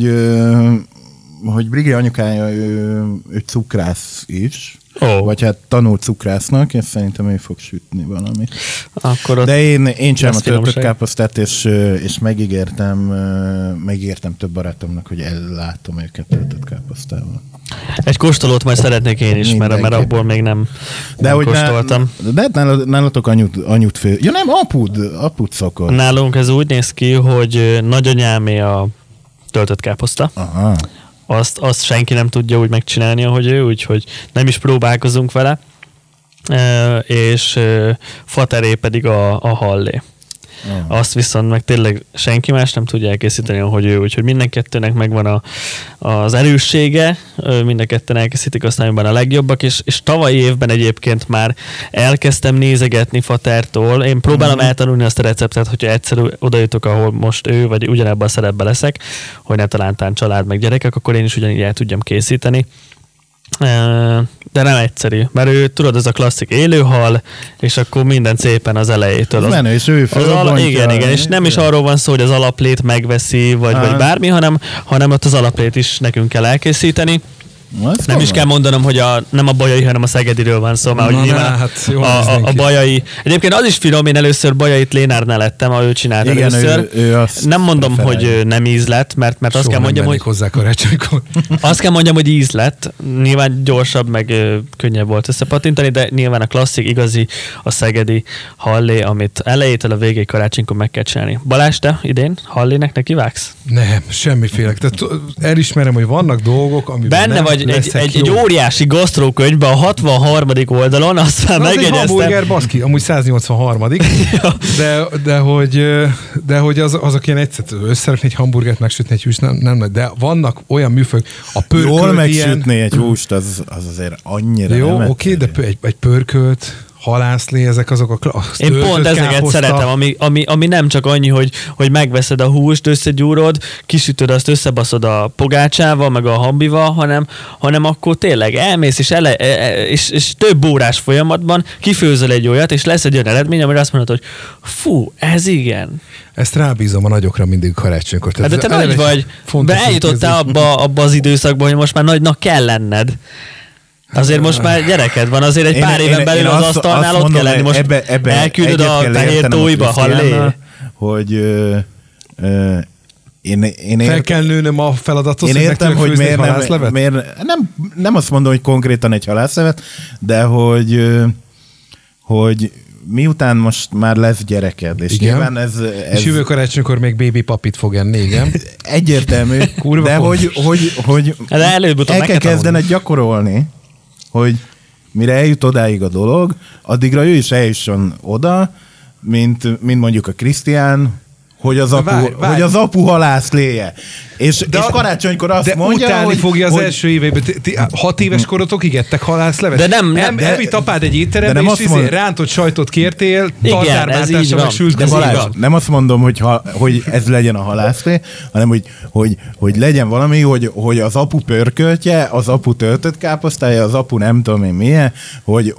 hogy Brigi anyukája, ő cukrász is, vagy hát tanult cukrásznak, és szerintem ő fog sütni valamit. De én csinálom a töltött káposztát, és megígértem több barátomnak, hogy ellátom őket töltött káposztával. Egy kóstolót majd szeretnék én is, mert abból még nem kóstoltam. De nálatok anyut fő. Ja nem, apud szokott. Nálunk ez úgy néz ki, hogy nagyanyámé a töltött káposzta. Aha. Azt senki nem tudja úgy megcsinálni, ahogy ő, úgyhogy nem is próbálkozunk vele, és fateré pedig a hallé. Azt viszont meg tényleg senki más nem tudja elkészíteni, ahogy ő, úgyhogy minden kettőnek megvan az erőssége, mind a ketten elkészítik aztán a legjobbak, és tavalyi évben egyébként már elkezdtem nézegetni Fatertól. Én próbálom eltanulni azt a receptet, hogyha egyszer oda jutok, ahol most ő, vagy ugyanebben a szerepben leszek, hogy ne talántán család meg gyerekek, akkor én is ugyanígy el tudjam készíteni. De nem egyszerű, mert ő, tudod, ez a klasszik élőhal, és akkor minden szépen az elejétől. Menő, és ő igen, és nem is arról van szó, hogy az alaplét megveszi, vagy bármi, hanem ott az alaplét is nekünk kell elkészíteni. Nem is kell mondanom, hogy nem a Bajai, hanem a Szegediről van szó, mert a Bajai... Egyébként az is finom, én először Bajait Lénárnál lettem, ő csinált először. Ő nem mondom, hogy nem íz lett, mert azt kell mondjam, hogy... hozzá karácsonykor. Azt kell mondjam, hogy íz lett. Nyilván gyorsabb, meg könnyebb volt összepatintani, de nyilván a klasszik, igazi, a szegedi hallé, amit elejétől a végéig karácsonykor meg kell csinálni. Balázs, te idén hallének nekivágsz? Nem, semmiféle. Tehát elismerem, hogy vannak dolgok, amiben benne nem vagy egy óriási gasztrókönyvben a 63. oldalon, azt már megjegyeztem. Az egy hamburger, baszki, amúgy 183. de hogy azok ilyen egyszerűen összerakni egy hamburgert, megsütni egy húst, nem, de vannak olyan műfajok, a pörkölt jól megsütni egy húst, az azért annyira jó, nem oké, de egy pörkölt, halászlé, ezek azok a én pont ezeket szeretem, ami nem csak annyi, hogy megveszed a húst, összegyúrod, kisütöd, azt összebaszod a pogácsával, meg a hambival, hanem akkor tényleg elmész, és több órás folyamatban kifőzöl egy olyat, és lesz egy olyan eredmény, amire azt mondod, hogy fú, ez igen. Ezt rábízom a nagyokra mindig karácsonykor. De te nagy vagy, eljutottál abba az időszakba, hogy most már nagynak kell lenned. Azért most már gyereked van, azért egy pár éven belül az asztalnál ott kell lenni. Most elküldöd a fehér tóiba, hallé? Hogy én fel kell nőnöm a feladatot, én értem, hogy miért nem azt mondom, hogy konkrétan egy halászlevet, de hogy miután most már lesz gyereked, és igen. Nyilván ez... És jövő karácsonykor még baby papit fog enni, igen. Egyértelmű, de hogy el kell kezdened gyakorolni, hogy mire eljut odáig a dolog, addigra ő is eljusson oda, mint mondjuk a Krisztián, hogy az apu halászléje. És karácsonykor azt mondja, utálni hogy... fogja az első éveiben. 6 éves korodokig ettek halászlevet? De nem. Elvitt apád egy étterembe, és rántott sajtot kértél, tartárbáltásra, meg sült közével. Nem azt mondom, hogy ez legyen a halászlé, hanem hogy legyen valami, hogy az apu pörköltje, az apu töltött káposztája, az apu nem tudom én milyen, hogy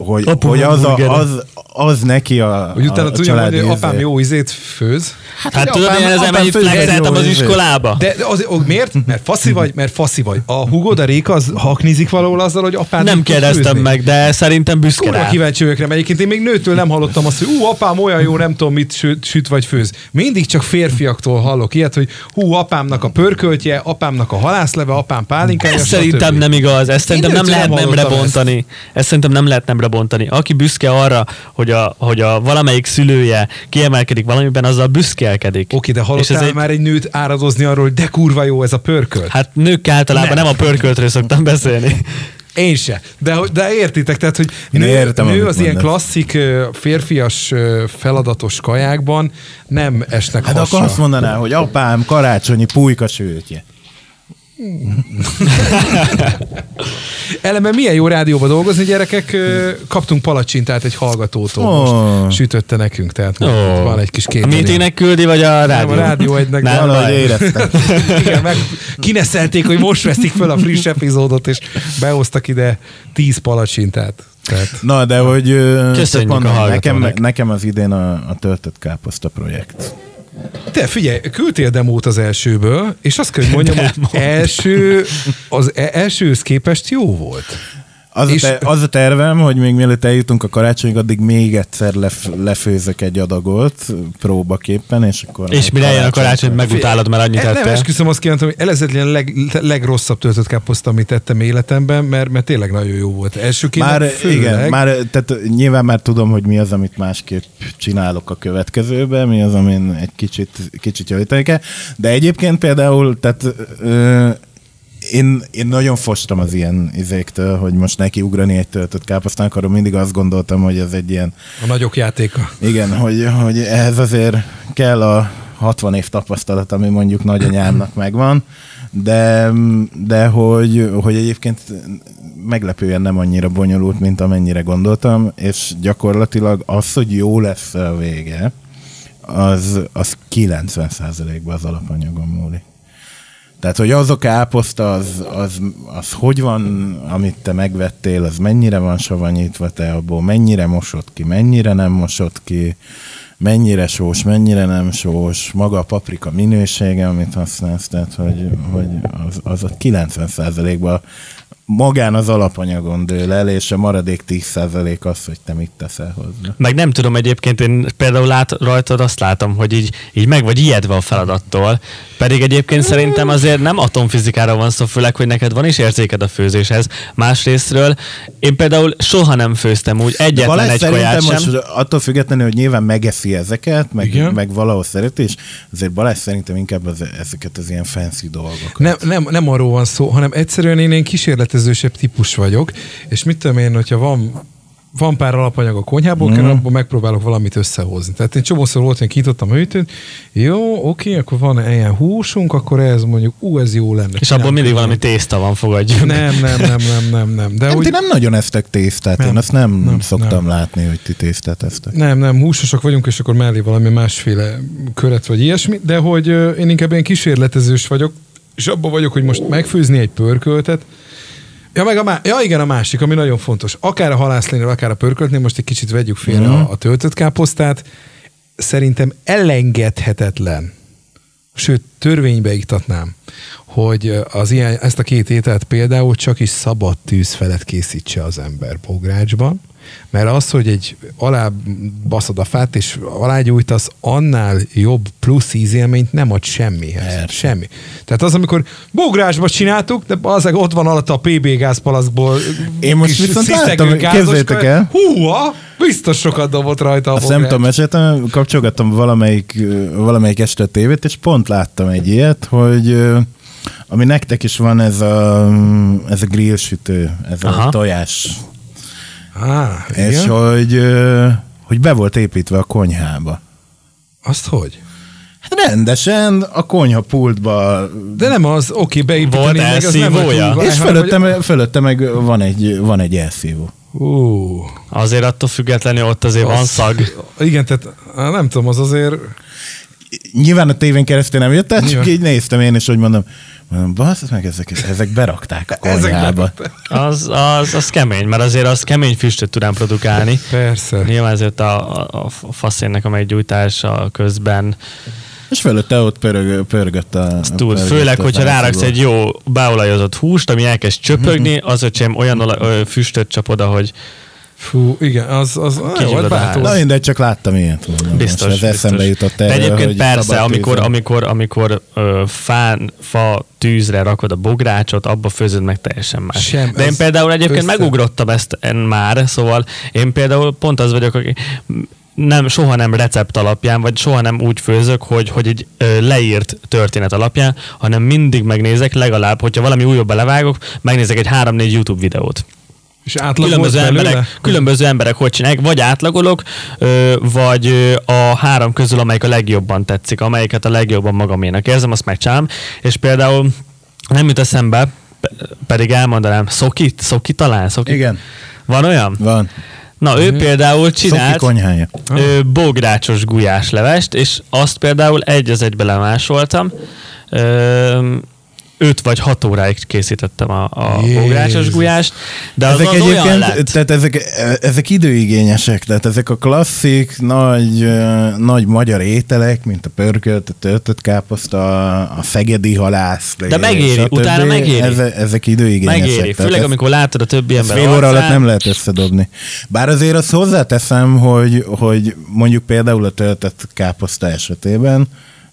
az neki a hogy utána tudja mondani, hogy apám jó ízét főz. Hát tudod, én ezzel mennyit flexeltem az iskolába. De miért? Mert faszi vagy. A húgod, a Réka, az haknizik valahol azzal, hogy apád nem kérdeztem meg, de szerintem büszke rá. Kíváncsi vagyok rá, mert egyébként én még nőtől nem hallottam azt, hogy apám olyan jó, nem tudom mit süt vagy főz. Mindig csak férfiaktól hallok ilyet, hogy apámnak a pörköltje, apámnak a halászleve, apám pálinkája. Ez szerintem nem igaz, ezt szerintem nem lehet nemre bontani. Ezt szerintem nem lehet nemre bontani. Aki büszke arra, hogy a valamelyik szülője kiemelkedik valamiben, azzal büszkélkedik. Oké, de hallottál már egy nőt áradozni arról, hogy de kurva jó ez a pörkölt? Hát nők általában nem a pörköltről szoktam beszélni. Én se. De értitek, tehát, hogy nő az ilyen klasszik férfias feladatos kajákban nem esnek hát hasra. Akkor azt mondaná, hogy apám karácsonyi pulyka sültje. Eleme milyen jó rádióban dolgozni, gyerekek. Kaptunk palacsintát egy hallgatótól. Most sütötte nekünk, tehát van egy kis kételyű. A meetingnek küldi, vagy a rádió? Nem, a rádió egynek. Valahogy éreztem. Igen, meg kineszelték, hogy most veszik föl a friss epizódot, és behoztak ide 10 palacsintát. Tehát... Na, de hogy mondom, nekem az idén a töltött káposzta projekt. Te figyelj, küldtél demót az elsőből, és azt kell, hogy mondjam, hogy az elsőhöz képest jó volt. Az a tervem, hogy még mielőtt eljutunk a karácsonyig, addig még egyszer lefőzök egy adagot próbaképpen, és akkor... És mire eljön a karácsony, megutálod, mert annyit ettél. Nem, esküszöm, azt kívánom, hogy elezetlen legrosszabb töltött káposzta, amit tettem életemben, mert tényleg nagyon jó volt. Elsőként igen, tehát nyilván már tudom, hogy mi az, amit másképp csinálok a következőben, mi az, amin egy kicsit javítani kell. De egyébként például, tehát... Én nagyon fostam az ilyen izéktől, hogy most neki ugrani egy töltött káposztának, arról mindig azt gondoltam, hogy ez egy ilyen... A nagyok játéka. Igen, hogy ehhez azért kell a 60 év tapasztalat, ami mondjuk nagyanyámnak megvan, de hogy egyébként meglepően nem annyira bonyolult, mint amennyire gondoltam, és gyakorlatilag az, hogy jó lesz a vége, az 90%-ban az alapanyagon múlik. Tehát, hogy az a káposzta, az hogy van, amit te megvettél, az mennyire van savanyítva, te abból mennyire mosod ki, mennyire nem mosod ki, mennyire sós, mennyire nem sós, maga a paprika minősége, amit használsz, tehát, hogy az a 90%-ban magán az alapanyagon dől el, és a maradék 10% az, hogy te mit teszel hozzá. Meg nem tudom, egyébként én például rajtad azt látom, hogy így meg vagy ijedve a feladattól, pedig egyébként szerintem azért nem atomfizikára van szó, főleg, hogy neked van is érzéked a főzéshez. Másrésztről én például soha nem főztem úgy, egyetlen egy kaját sem. Most attól függetlenül, hogy nyilván megeszi ezeket, meg valahol szereti, és azért Balázs szerintem inkább ezeket az ilyen fancy dolgokat. Nem arról van szó, hanem egyszerűen én kísérletezősebb típus vagyok, és mit tudom én, hogyha van pár alapanyag a konyhából, abból megpróbálok valamit összehozni. Tehát én csomószor volt, hogy kinyitottam a hűtőt, jó, oké, akkor van ilyen húsunk, akkor ez mondjuk, ez jó lenne. És abból mindig valami tészta van, fogadjuk. Nem. De ti nem nagyon esztek tésztát, én azt nem szoktam látni, hogy ti tésztát esztek. Nem, húsosak vagyunk, és akkor mellé valami másféle köret vagy ilyesmi, de hogy én inkább ilyen kísérletezős vagyok, és abban vagyok, hogy most megfőzni egy pörköltet. Igen, a másik, ami nagyon fontos. Akár a halászlénél, akár a pörköltnél, most egy kicsit vegyük félre a töltött káposztát. Szerintem elengedhetetlen, sőt, törvénybe iktatnám, hogy ezt a két ételt például csak is szabad tűz felett készítse az ember bográcsban, mert az, hogy alá baszod a fát, és alágyújtasz, annál jobb plusz ízélményt nem ad semmihez. Semmi. Tehát az, amikor bográcsba csináltuk, de azért ott van alatt a PB gázpalaszkból. Én most viszont láttam, képzeljétek el. Húha! Biztos sokat dobott rajta a bogrács. Azt nem tudom, esetem, kapcsolgattam valamelyik este a tévét, és pont láttam egy ilyet, hogy ami nektek is van, ez a grillsütő, ez a tojás. És hogy be volt építve a konyhába. Azt hogy? Hát rendesen a konyhapultba. De nem az, beépíteni meg, az nem és fölötte meg van egy elszívó. Azért attól függetlenül ott azért van szag. Igen, tehát nem tudom, az azért... Nyilván a tévén keresztül nem jött, tehát csak így néztem én is, hogy mondom, bassz meg, ezek berakták a konyhába. Az kemény, mert azért az kemény füstöt tud produkálni. Persze. Nyilván azért a faszénnek a meggyújtása közben. És fölötte ott pörgött a... Főleg, hogyha ráraksz egy jó beolajozott húst, ami elkezd csöpögni, az öcsém olyan füstöt csap oda, hogy fú, igen, az volt bátor. Na mindegy, csak láttam ilyet. Biztos. Eszembe jutott erről, de egyébként persze, amikor fa tűzre rakod a bográcsot, abba főzöd meg teljesen más. De én például egyébként megugrottam ezt már, szóval én például pont az vagyok, aki soha nem recept alapján, vagy soha nem úgy főzök, hogy egy leírt történet alapján, hanem mindig megnézek legalább, hogyha valami újabb belevágok, megnézek egy 3-4 YouTube videót. És különböző emberek hogy csinálják, vagy átlagolok, vagy a 3 közül, amelyik a legjobban tetszik, amelyiket a legjobban magaménak érzem, azt megcsinálom. És például nem jut eszembe, pedig elmondanám, Szoki talán? Igen. Van olyan? Van. Na, ő például csinált bográcsos gulyáslevest, és azt például egy az egybe lemásoltam. 5 vagy 6 óráig készítettem a bográcsos gulyást, de az ezek olyan lett. Tehát ezek időigényesek, tehát ezek a klasszik, nagy magyar ételek, mint a pörkölt, a töltött káposzta, a szegedi halász. De megéri, utána megéri. Ezek időigényesek. Megéri, főleg amikor látod a többi ember fél óra alatt nem lehet összedobni. Bár azért azt hozzáteszem, hogy mondjuk például a töltött káposzta esetében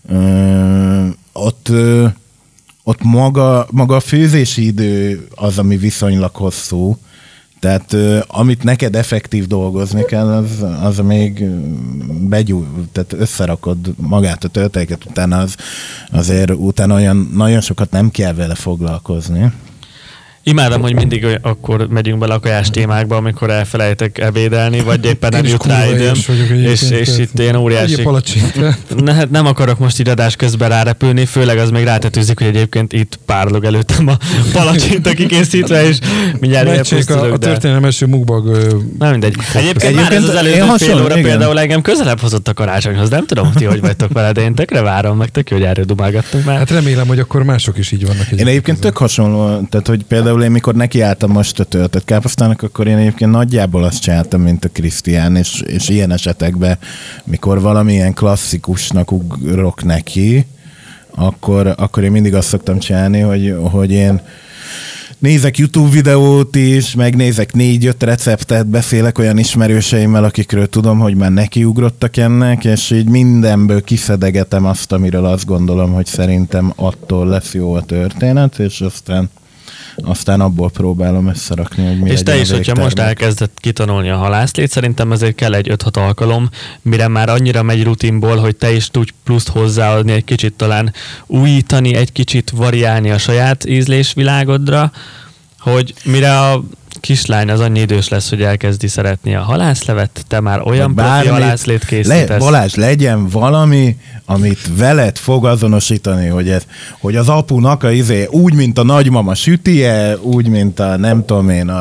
ott maga a főzési idő az, ami viszonylag hosszú. Tehát amit neked effektív dolgozni kell, az még tehát összerakod magát a tölteléket, utána azért olyan nagyon sokat nem kell vele foglalkozni. Imádom, hogy mindig akkor megyünk bele a kajás témákba, amikor elfelejtek ebédelni, vagy éppen nem jut rá időm, és itt ilyen óriási... Nem akarok most így adás közben rárepülni, főleg az még rátetőzik, hogy egyébként itt párlog előttem a palacsinta kikészítve, és mindjárt elpusztulok. A történelem első mukbag... Nem mindegy. Egyébként már ez az előző fél óra például engem közelebb hozott a karácsonyhoz. Nem tudom, ti hogy vagytok vele, de én tökre várom, meg tök jó, hogy erről dumálgattunk már. Hát remélem, hogy akkor mások is így vannak. Én egyébként tök hasonló, tehát hogy például én mikor nekiálltam most a töltött káposztának, akkor én egyébként nagyjából azt csináltam, mint a Krisztián, és ilyen esetekben, mikor valamilyen klasszikusnak ugrok neki, akkor én mindig azt szoktam csinálni, hogy én nézek YouTube videót is, megnézek 4-5 receptet, beszélek olyan ismerőseimmel, akikről tudom, hogy már nekiugrottak ennek, és így mindenből kiszedegetem azt, amiről azt gondolom, hogy szerintem attól lesz jó a történet, és aztán abból próbálom összerakni, hogy mi. És te is, hogyha most elkezdett kitanulni a halászlét, szerintem azért kell egy 5-6 alkalom, mire már annyira megy rutinból, hogy te is tudj pluszt hozzáadni, egy kicsit talán újítani, egy kicsit variálni a saját ízlésvilágodra, hogy mire a kislány az annyi idős lesz, hogy elkezdi szeretni a halászlevet, te már olyan profi halászlét készítesz. Balázs, legyen valami, amit veled fog azonosítani, hogy az apunak úgy, mint a nagymama sütie, úgy, mint a nem tudom én,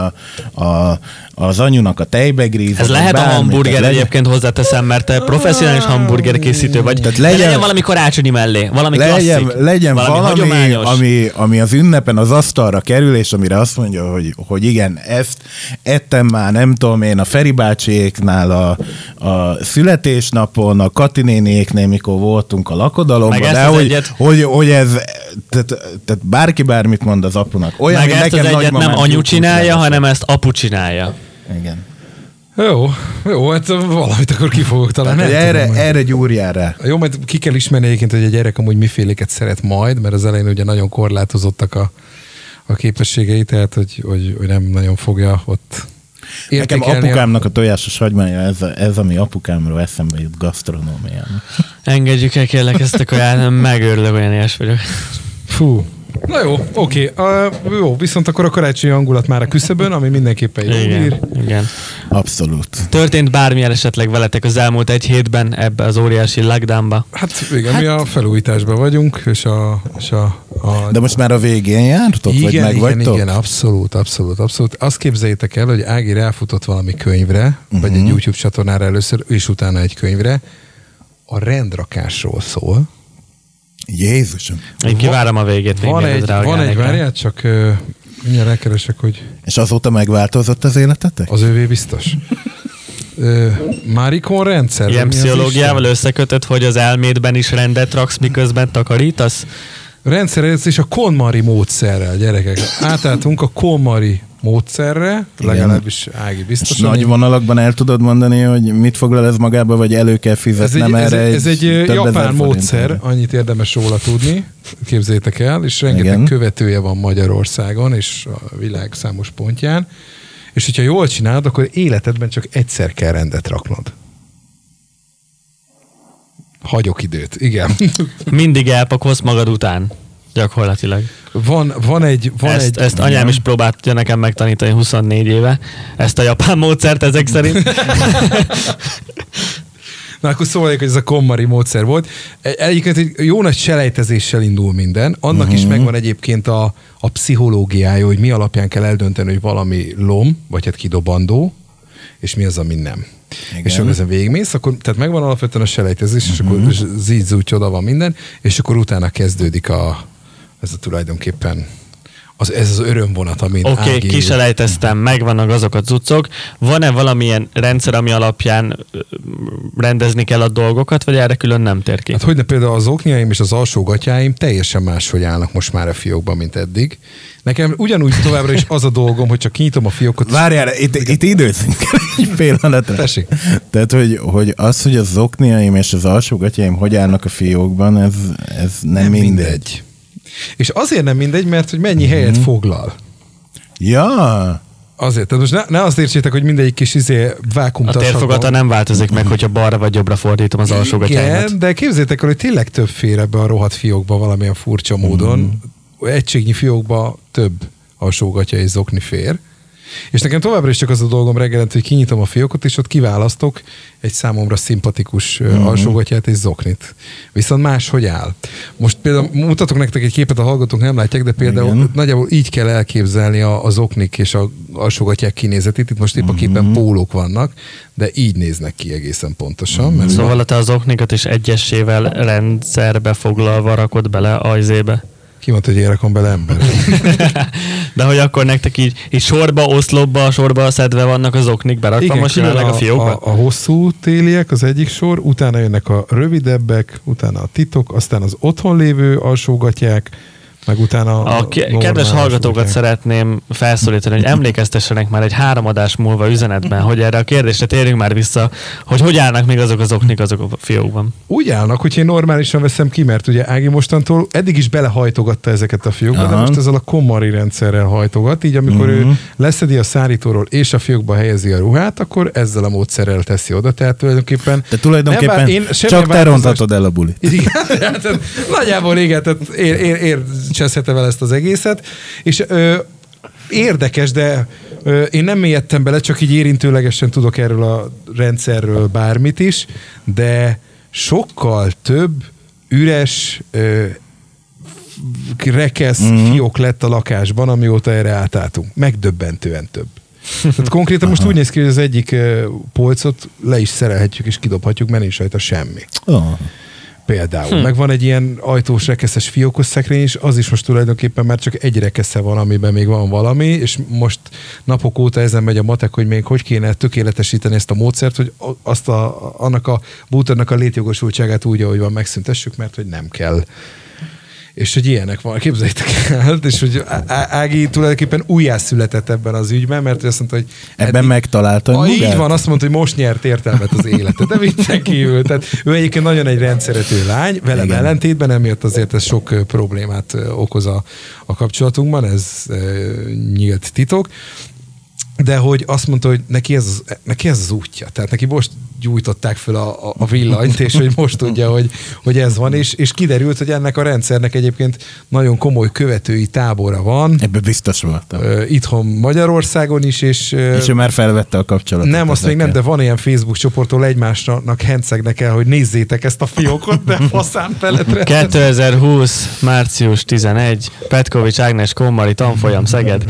az anyunak a tejbegríz. Ez lehet a hamburger egyébként hozzáteszem, mert te professzionális hamburger készítő vagy. Tehát legyen valami karácsonyi mellé, valami klasszik. Legyen valami, ami az ünnepen az asztalra kerül, és amire azt mondja, hogy igen, ezt ettem már, nem tudom én, a Feri bácsiéknál a születésnapon, a Kati néniéknél, mikor voltunk a lakodalomban, de hogy ez, tehát bárki bármit mond az apunak. Olyan, meg ezt az egyet nem anyu csinálja, hanem ezt apu csinálja. Igen. Jó, hát valamit akkor ki fogok találni. Erre gyúrjál rá. Jó, majd ki kell ismerni egyébként, hogy egy gyerek amúgy miféléket szeret majd, mert az elején ugye nagyon korlátozottak a képességei, tehát hogy nem nagyon fogja ott értékelni. Nekem apukámnak a tojásos hagymánya, ez ami apukámról eszembe jut gasztronómiának. Engedjük el kérlek ezt a kaját, nem megőrülök, olyan ilyes vagyok. Fú. Na jó, oké. Jó, viszont akkor a karácsonyi hangulat már a küszöbön, ami mindenképpen jó ír. Igen. Abszolút. Történt bármilyen esetleg veletek az elmúlt egy hétben ebbe az óriási lockdownba? Hát igen, mi a felújításban vagyunk, és De most már a végén jártok, igen, vagy megvagytok? Igen, abszolút. Azt képzeljétek el, hogy Ági ráfutott valami könyvre, vagy egy YouTube csatornára először, és utána egy könyvre, a rendrakásról szól. Jézusom. Én kivárom a végét. Van egy várját, csak mindjárt elkeresek, hogy... És azóta megváltozott az életetek? Az övé biztos. Maricon rendszer. Ilyen pszichológiával összekötött, hogy az elmédben is rendet raksz, miközben takarítasz? Rendszerezés és a KonMari módszerrel, gyerekek. Átálltunk a KonMari módszerre, legalábbis Ági biztos. Nagy vonalakban el tudod mondani, hogy mit foglal ez magába, vagy elő kell fizetnem erre? Ez egy japán módszer, annyit érdemes róla tudni, képzeljétek el, és rengeteg követője van Magyarországon, és a világ számos pontján. És hogyha jól csinálod, akkor életedben csak egyszer kell rendet raknod. Hagyok időt, igen. Mindig elpakolsz magad után, gyakorlatilag. Ezt anyám is próbálja nekem megtanítani 24 éve, ezt a japán módszert ezek szerint. Na akkor szóvaljék, hogy ez a KonMari módszer volt. Egyébként egy jó nagy selejtezéssel indul minden. Annak is megvan egyébként a pszichológiája, hogy mi alapján kell eldönteni, hogy valami lom, vagy hát kidobandó, és mi az, ami nem. Igen. És akkor ezen végigmész, akkor, tehát megvan alapvetően a selejtezés, és akkor zígy-zúgy oda van minden, és akkor utána kezdődik ez a tulajdonképpen ez az örömvonat, amin Oké, kiselejteztem, megvannak azok a cuccok. Van-e valamilyen rendszer, ami alapján rendezni kell a dolgokat, vagy erre külön nem tér ki? Hát hogyne, például az okniaim és az alsógatyáim teljesen máshogy állnak most már a fiókban, mint eddig. Nekem ugyanúgy továbbra is az a dolgom, hogy csak kinyitom a fiókot. Várjál, itt időszünk egy pillanatra. Tessék. Tehát, hogy az okniaim és az alsógatyáim hogy állnak a fiókban, ez nem mindegy. És azért nem mindegy, mert hogy mennyi helyet foglal. Ja. Azért. Tehát most ne azt értsétek, hogy mindegyik kis vákumtasakban. A térfogata nem változik meg, hogyha balra vagy jobbra fordítom az alsógatyáimat. Igen, de képzeljétek el, hogy tényleg több fér ebbe a rohadt fiókba valamilyen furcsa módon. Egységnyi fiókba több alsógatya és zokni fér. És nekem továbbra is csak az a dolgom reggelent, hogy kinyitom a fiókot, és ott kiválasztok egy számomra szimpatikus alsógatyát és zoknit. Viszont máshogy áll. Most például mutatok nektek egy képet, a hallgatók nem látják, de például nagyjából így kell elképzelni a zoknik és a alsógatyák kinézetét. Itt most épp a képen pólók vannak, de így néznek ki egészen pontosan. Mert szóval te a zoknikat is egyesével rendszerbe foglalva rakod bele ajzébe. Ki mondta, hogy én rakom bele ember? De hogy akkor nektek így sorba, oszlopba, sorba szedve vannak az oknik berakva. Igen, most jelenleg a fiókba? A hosszú téliek az egyik sor, utána jönnek a rövidebbek, utána a titok, aztán az otthon lévő alsógatyák, meg utána a kedves hallgatókat szeretném felszólítani, hogy emlékeztessenek már egy 3 adás múlva üzenetben, hogy erre a kérdésre térjünk már vissza, hogy állnak még azok az oknik azok a fiókban. Úgy állnak, hogy én normálisan veszem ki, mert ugye Ági mostantól eddig is belehajtogatta ezeket a fiókba, de most ezzel a KonMari rendszerrel hajtogat, így amikor ő leszedi a szárítóról és a fiókba helyezi a ruhát, akkor ezzel a módszerrel teszi oda, tehát tulajdonképpen... De tulajdonképpen csak te ronthatod el a bulit. Igen, nagyjából igen, tehát cseszhette vele ezt az egészet, és érdekes, de én nem mélyedtem bele, csak így érintőlegesen tudok erről a rendszerről bármit is, de sokkal több üres rekesz fiók lett a lakásban, amióta erre átálltunk. Megdöbbentően több. Tehát konkrétan most úgy néz ki, hogy az egyik polcot le is szerelhetjük és kidobhatjuk, mert nincs rajta semmi. Például. Meg van egy ilyen ajtós rekeszes fiókos szekrény is, az is most tulajdonképpen már csak egy rekesze van, amiben még van valami, és most napok óta ezen megy a matek, hogy még hogy kéne tökéletesíteni ezt a módszert, hogy azt annak a bútornak a létjogosultságát úgy, ahogy van, megszüntessük, mert hogy nem kell. És hogy ilyenek van, képzeljétek el, és hogy Ági tulajdonképpen újjászületett ebben az ügyben, mert azt mondta, hogy... Ebben megtalálta magát? Így van, azt mondta, hogy most nyert értelmet az élete, de viccen kívül. Tehát ő egyébként nagyon egy rendszerető lány, velem ellentétben, emiatt azért ez sok problémát okoz a kapcsolatunkban, ez nyílt titok. De hogy azt mondta, hogy neki ez az útja. Tehát neki most gyújtották fel a villanyt, és hogy most tudja, hogy ez van, és kiderült, hogy ennek a rendszernek egyébként nagyon komoly követői tábora van. Ebben biztos voltam. Itthon Magyarországon is, és ő már felvette a kapcsolatot. Nem, azt még nem, de van ilyen Facebook csoportól egymásnak hencegnek el, hogy nézzétek ezt a fiókot, de faszán feletre. 2020. március 11. Petkovics Ágnes KonMari tanfolyam Szeged.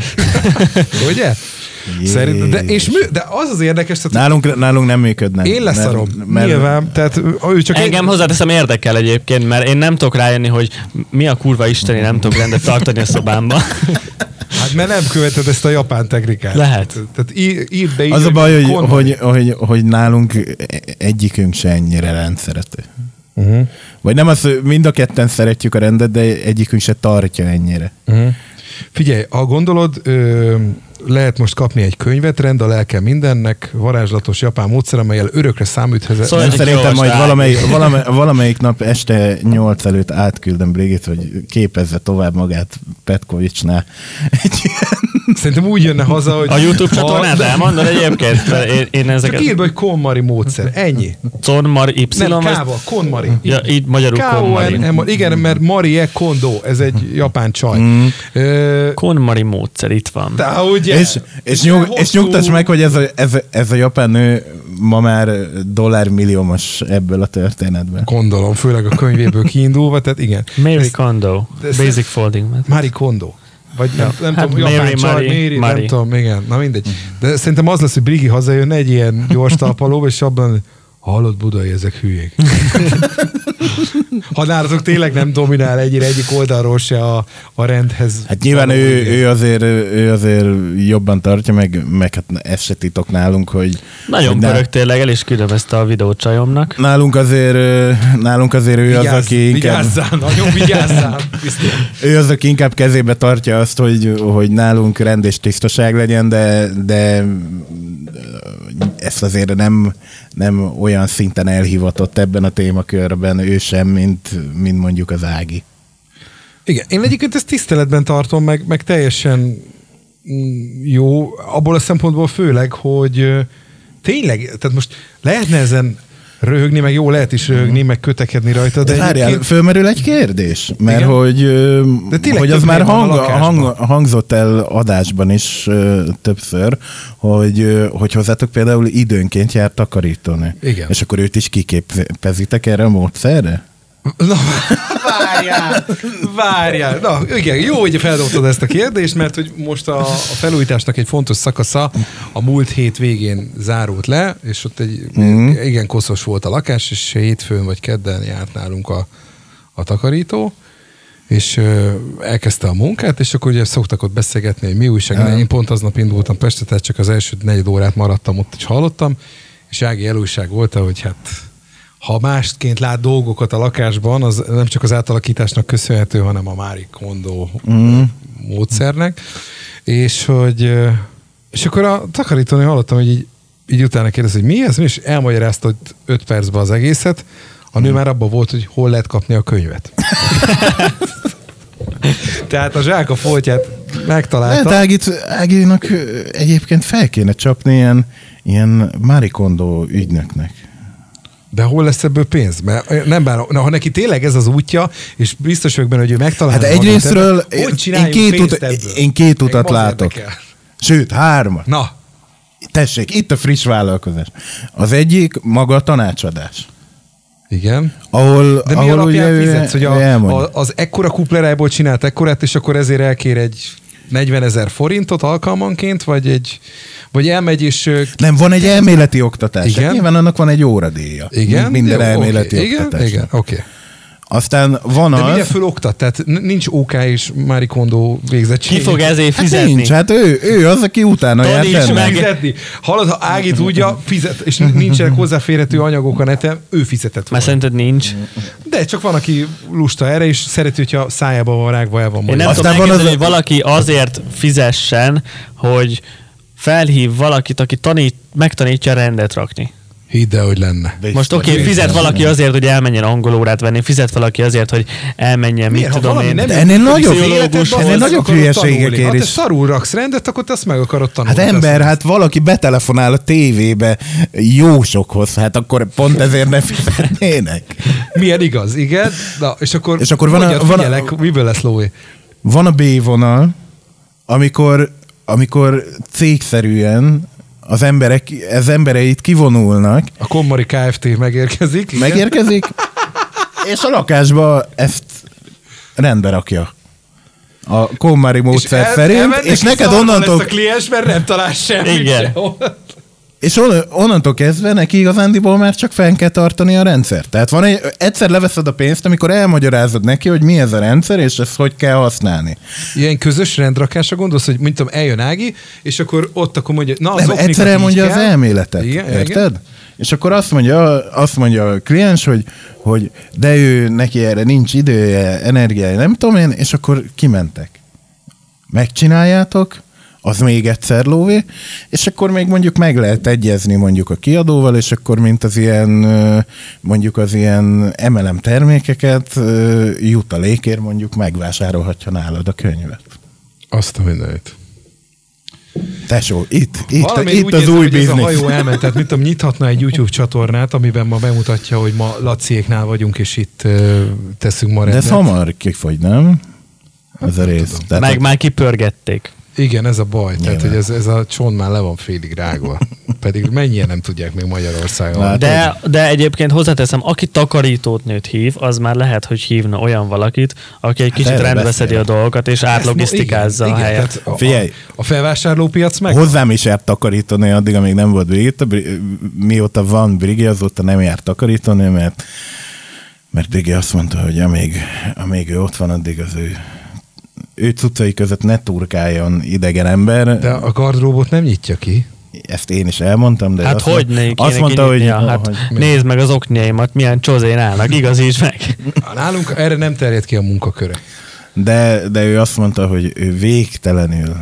Ugye? Szerintem, de az érdekes... Nálunk nem működnek. Én leszarom. Nyilván. Tehát ő csak engem hozzáteszem érdekel egyébként, mert én nem tudok rájönni, hogy mi a kurva isteni, nem tudok rendet tartani a szobámban. Hát mert nem követed ezt a japán technikát. Lehet. Tehát írd be. Az a baj, hogy nálunk egyikünk se ennyire rendszerető. Vagy nem az, mind a ketten szeretjük a rendet, de egyikünk se tartja ennyire. Figyelj, ha gondolod, lehet most kapni egy könyvet, rend a lelke mindennek, varázslatos japán módszer, amelyel örökre számüthető. Szóval szerintem majd valamelyik nap este 8 előtt átküldöm Brigit, hogy képezze tovább magát Petkovicsnál. Szerintem úgy jönne haza, hogy... A YouTube csatornát elmondod egyébként? Én ezeket... Csak írd be, hogy KonMari módszer. Ennyi. KonMari Y. Nem, K-val, KonMari. Ja, így magyarul KonMari. Igen, mert Marie Kondo, ez egy japán csaj. KonMari módszer, itt van. És nyugtass meg, hogy ez a japán nő ma már dollármilliómos ebből a történetben. Gondolom, főleg a könyvéből kiindulva, tehát igen. Mary Kondo, Basic Folding. Marie Kondo. Vagy nem tudom, japán csaj, Mary, nem tudom, igen, na mindegy. De szerintem az lesz, hogy Brigi hazajön egy ilyen gyors talpalóba, és abban hallott budai, ezek hülyék. Ha nálatok tényleg nem dominál egyik oldalról se a rendhez. Hát nyilván ő azért jobban tartja, meg hát ez se titok nálunk, hogy... Nagyon pörög tényleg, el is küldöm ezt a videót csajomnak. Nálunk azért ő az, aki inkább... Vigyázzál, nagyon vigyázzál. Ő az, aki inkább kezébe tartja azt, hogy nálunk rend és tisztaság legyen, de ezt azért nem olyan szinten elhivatott ebben a témakörben ő sem, mint mondjuk az Ági. Igen, én egyébként ezt tiszteletben tartom, meg teljesen jó, abból a szempontból főleg, hogy tényleg, tehát most lehetne ezen röhögni, meg jó lehet is röhögni, meg kötekedni rajta. De várjál, fölmerül egy kérdés, mert hogy az már hangzott el adásban is többször, hogy hozzátok például időnként jár takarítani. Igen. És akkor őt is kiképezitek erre a módszerre? Na, várjál. Na, igen, jó, hogy feldobtad ezt a kérdést, mert hogy most a felújításnak egy fontos szakasza a múlt hét végén zárult le, és ott egy igen koszos volt a lakás, és hétfőn vagy kedden járt nálunk a takarító, és elkezdte a munkát, és akkor ugye szoktak ott beszélgetni, hogy mi újság. Én pont aznap indultam Pestre, tehát csak az első 4 órát maradtam ott, és hallottam, és Ági elújság volt, hogy hát ha másként lát dolgokat a lakásban, az nem csak az átalakításnak köszönhető, hanem a Marie Kondo módszernek. És akkor a takarítónő hallottam, hogy így utána kérdez, hogy mi ez, és elmagyarázta, hogy 5 percben az egészet. A nő már abban volt, hogy hol lehet kapni a könyvet. Tehát a zsák a foltját megtalálta. Lehet Áginak egyébként fel kéne csapni ilyen Marie Kondo ügynöknek. De hol lesz ebből pénz? Mert nem bár, ha neki tényleg ez az útja, és biztos vagyok benne, hogy ő megtalálja. Hát egyrésztről én két utat látok. Sőt, 3. Na. Tessék, itt a friss vállalkozás. Az egyik maga a tanácsadás. Igen. De mi alapján fizetsz, hogy az ekkora kuplerájból csinált ekkorát, és akkor ezért elkér egy 40 000 forintot alkalmanként, vagy elmegy és... Nem, van egy elméleti oktatás. Igen? Hát nyilván annak van egy óradíja. Igen? Minden elméleti oktatás. Igen, oké. Aztán van de mire föloktat? Tehát nincs OK és Marie Kondo végzettség. Ki fog ezért fizetni? Nincs, hát ő az, aki utána jár fizetni. Hallod, ha Ági tudja, fizet, és nincsenek hozzáférhető anyagok a neten, ő fizetett volna. Mert szerinted nincs? De csak van, aki lusta erre, és szereti, hogyha szájába van rágva, el van majd. Én nem tudom elképzelni, hogy valaki azért fizessen, hogy felhív valakit, aki megtanítja rendet rakni. Hidd el, hogy lenne. Most fizet valaki azért, hogy elmenjen angolórát venni, fizet valaki azért, hogy elmenjen, mit tudom én. Ennél nagyobb hülyeségek ér is. Ha te szarul raksz rendet, akkor te azt meg akarod tanulni. Hát valaki betelefonál a tévébe jósokhoz, hát akkor pont ezért ne fizetnének. Milyen igaz, igen. Na, és akkor figyelek, miből lesz lóvé? Van a B vonal, amikor cégszerűen az embereit kivonulnak. A Kommari Kft. Megérkezik. Igen? Megérkezik, és a lakásba ezt rendbe rakja. A Kommari módszer szerint. És neked onnantól... lesz a kliens, mert nem talál semmit. Igen. És onnantól kezdve neki igazándiból már csak fenn kell tartani a rendszer. Tehát egyszer leveszed a pénzt, amikor elmagyarázod neki, hogy mi ez a rendszer, és ezt hogy kell használni. Ilyen közös rendrakásra gondolsz, hogy mint tudom, eljön Ági, és akkor ott akkor mondja, na az nem, egyszer elmondja az elméletet, igen, érted? Igen. És akkor azt mondja a kliens, hogy de neki erre nincs idője, energiája, nem tudom én, és akkor kimentek. Megcsináljátok, az még egyszer lóvé, és akkor még mondjuk meg lehet egyezni mondjuk a kiadóval, és akkor mint az ilyen, mondjuk az ilyen MLM termékeket jutalékért mondjuk megvásárolhatja nálad a könyvet. Azt a mindenit. Tesó, itt az új biznisz. Ez a hajó elment, tehát mit tudom, nyithatna egy YouTube csatornát, amiben ma bemutatja, hogy ma Laciéknál vagyunk, és itt teszünk ma rendet. De ez hamar kifogy, nem? Ez a rész. Már kipörgették. Igen, ez a baj. Tehát, hogy ez a csont már le van félig rágva. Pedig mennyien nem tudják még Magyarországon. De egyébként hozzáteszem, aki takarítót nőt hív, az már lehet, hogy hívna olyan valakit, aki egy kicsit rendbeszedi a dolgokat, és átlogisztikázza a helyet. Figyelj, a felvásárlópiac meg? Hozzám is járt takarítani, addig, amíg nem volt Brigitta. Mióta van Brigi, azóta nem járt takarítani, mert Brigi azt mondta, hogy amíg ő ott van, addig az ő cuccai között ne turkáljon idegen ember. De a gardróbot nem nyitja ki. Ezt én is elmondtam, de hát azt mondta, hogy nézd meg az oknyaimat, milyen csozén állnak, igazítsd meg. Nálunk erre nem terjed ki a munkaköre. De ő azt mondta, hogy ő végtelenül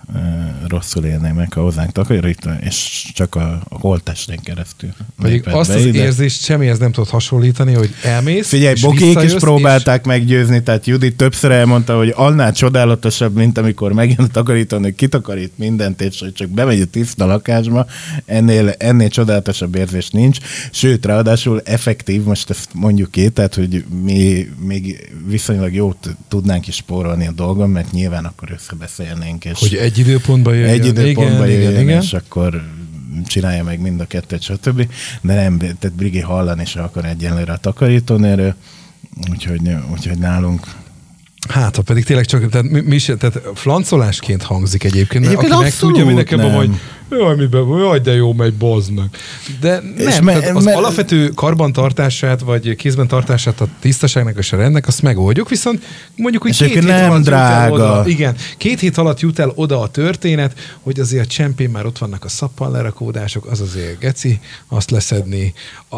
rosszul élnék meg, ha hozzánk takarítani, és csak a holttestén keresztül. Pedig azt az érzést semmihez nem tudod hasonlítani, hogy elmész. Figyelj, Bokék is próbálták meggyőzni, tehát Judit többször elmondta, hogy annál csodálatosabb, mint amikor megjön takarítani, hogy kitakarít mindent, és hogy csak bemegy a tiszta lakásba, ennél csodálatosabb érzés nincs. Sőt, ráadásul effektív, most ezt mondjuk ki, tehát, hogy mi még viszonylag jót tudnánk is spórolni a dolgon, mert nyilván akkor összebeszélnénk. És hogy egy időpontban jöjjön, és akkor csinálja meg mind a kettőt, stb. De nem, tehát Brigi hallani se akar egyenlőre a takarítónőről, úgyhogy nálunk. Hát, ha pedig tényleg csak, tehát flancolásként hangzik egyébként, mert aki megtudja, mindenki hogy jaj, de jó megy, bazd meg. De nem, az alapvető karbantartását, vagy kézben tartását a tisztaságnak és a rendnek, azt megoldjuk, viszont mondjuk, hogy 2 hét alatt drága. Oda, igen, 2 hét alatt jut el oda a történet, hogy azért a csempén már ott vannak a szappanlerakódások, az azért geci, azt leszedni,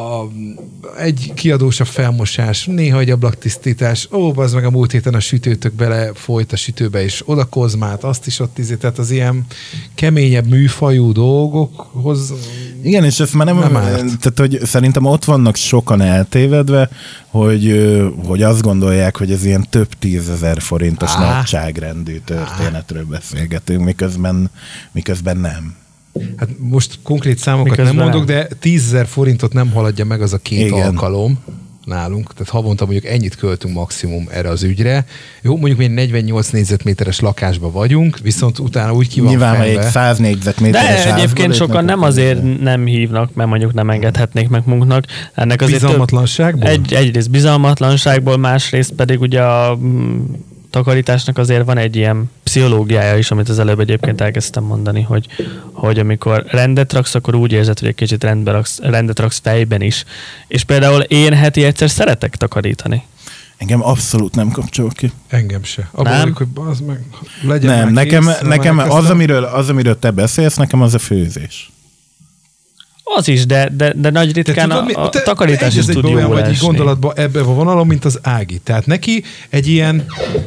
egy kiadósabb felmosás, néha egy ablaktisztítás, az meg a múlt héten a sütőtök bele folyt a sütőbe, és oda kozmát, azt is ott tehát az ilyen keményebb műfajú dolgokhoz. Igen, és ezt már nem tehát, hogy szerintem ott vannak sokan eltévedve, hogy azt gondolják, hogy ez ilyen több 10 000 forintos nagyságrendű történetről beszélgetünk, miközben nem. Hát most konkrét számokat miközben nem mondok, de 10 000 forintot nem haladja meg az a 2 alkalom nálunk, tehát havonta mondjuk ennyit költünk maximum erre az ügyre. Jó, mondjuk mi 48 négyzetméteres lakásban vagyunk, viszont utána úgy ki van nyilván felve. Egy 100 négyzetméteres de egyébként sokan nem azért nem hívnak, mert mondjuk nem engedhetnék meg munknak. Ennek azért bizalmatlanságból? Egyrészt bizalmatlanságból, másrészt pedig ugye a takarításnak azért van egy ilyen pszichológiája is, amit az előbb egyébként elkezdtem mondani, hogy amikor rendet raksz, akkor úgy érzed, hogy egy kicsit rendet raksz fejben is. És például én heti egyszer szeretek takarítani. Engem abszolút nem kapcsol ki. Engem se. Abban nem? Vagyok, hogy az meg legyen nem, nekem az, amiről te beszélsz, nekem az a főzés. Az is, de nagy ritkán a takarítás is tud jól vagy esni. egy gondolatban ebben a vonalon, mint az Ági. Tehát neki egy ilyen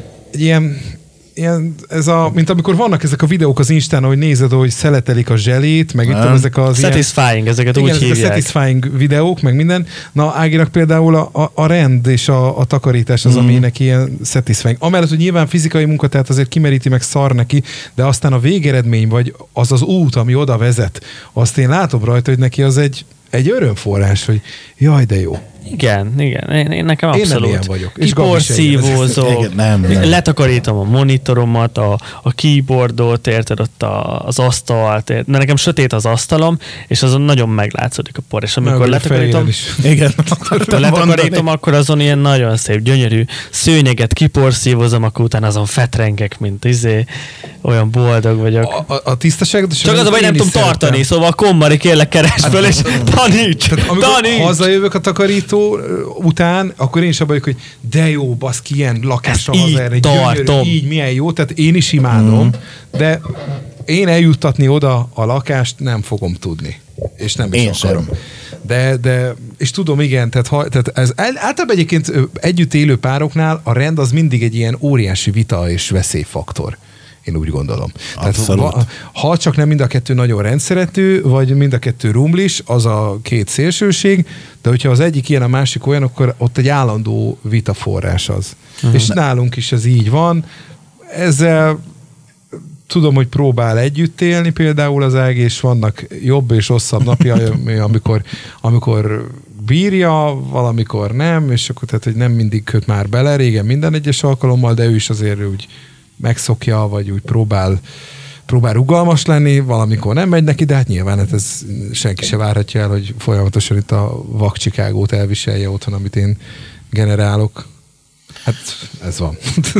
mint amikor vannak ezek a videók az Instán, hogy nézed, hogy szeletelik a zselét, meg itt ezek az satisfying, ezeket igen, úgy hívják. Igen, satisfying videók, meg minden. Na, Áginak például a rend és a takarítás az, ami neki ilyen satisfying. Amellett, hogy nyilván fizikai munka, tehát azért kimeríti, meg szar neki, de aztán a végeredmény, vagy az út, ami oda vezet, azt én látom rajta, hogy neki az egy örömforrás, hogy jaj, de jó. Igen, én nekem abszolút. Én nem ilyen vagyok. Kiporszívózok, letakarítom a monitoromat, a keyboardot, érted, ott az asztalt, de nekem sötét az asztalom, és azon nagyon meglátszódik a por, és amikor letakarítom, akkor azon ilyen nagyon szép, gyönyörű szőnyeget kiporszívozom, akkor utána azon fetrengek, mint olyan boldog vagyok. A tisztaságot... Csak az a baj, nem tudom tartani, szóval Kommari, kérlek, keresd föl, és taníts! Hazajövök a takarító után, akkor én is abban vagyok, hogy de jó, baszki, ilyen lakásra hazaérni, gyönyörű, így milyen jó, tehát én is imádom, de én eljuttatni oda a lakást nem fogom tudni. És nem is akarom. De és tudom, igen, tehát ez általában egyébként együtt élő pároknál a rend az mindig egy ilyen óriási vita és veszélyfaktor. Én úgy gondolom. Tehát, ha csak nem mind a kettő nagyon rendszerető, vagy mind a kettő rumlis, az a 2 szélsőség, de hogyha az egyik ilyen, a másik olyan, akkor ott egy állandó vitaforrás az. És nálunk is ez így van. Ezzel tudom, hogy próbál együtt élni például az Ági, és vannak jobb és rosszabb napja, amikor bírja, valamikor nem, és akkor tehát, hogy nem mindig köt már bele, régen minden egyes alkalommal, de ő is azért úgy megszokja, vagy úgy próbál rugalmas lenni, valamikor nem megy neki, de hát nyilván hát ez senki se várhatja el, hogy folyamatosan itt a vakcsikágót elviselje otthon, amit én generálok. Hát ez van.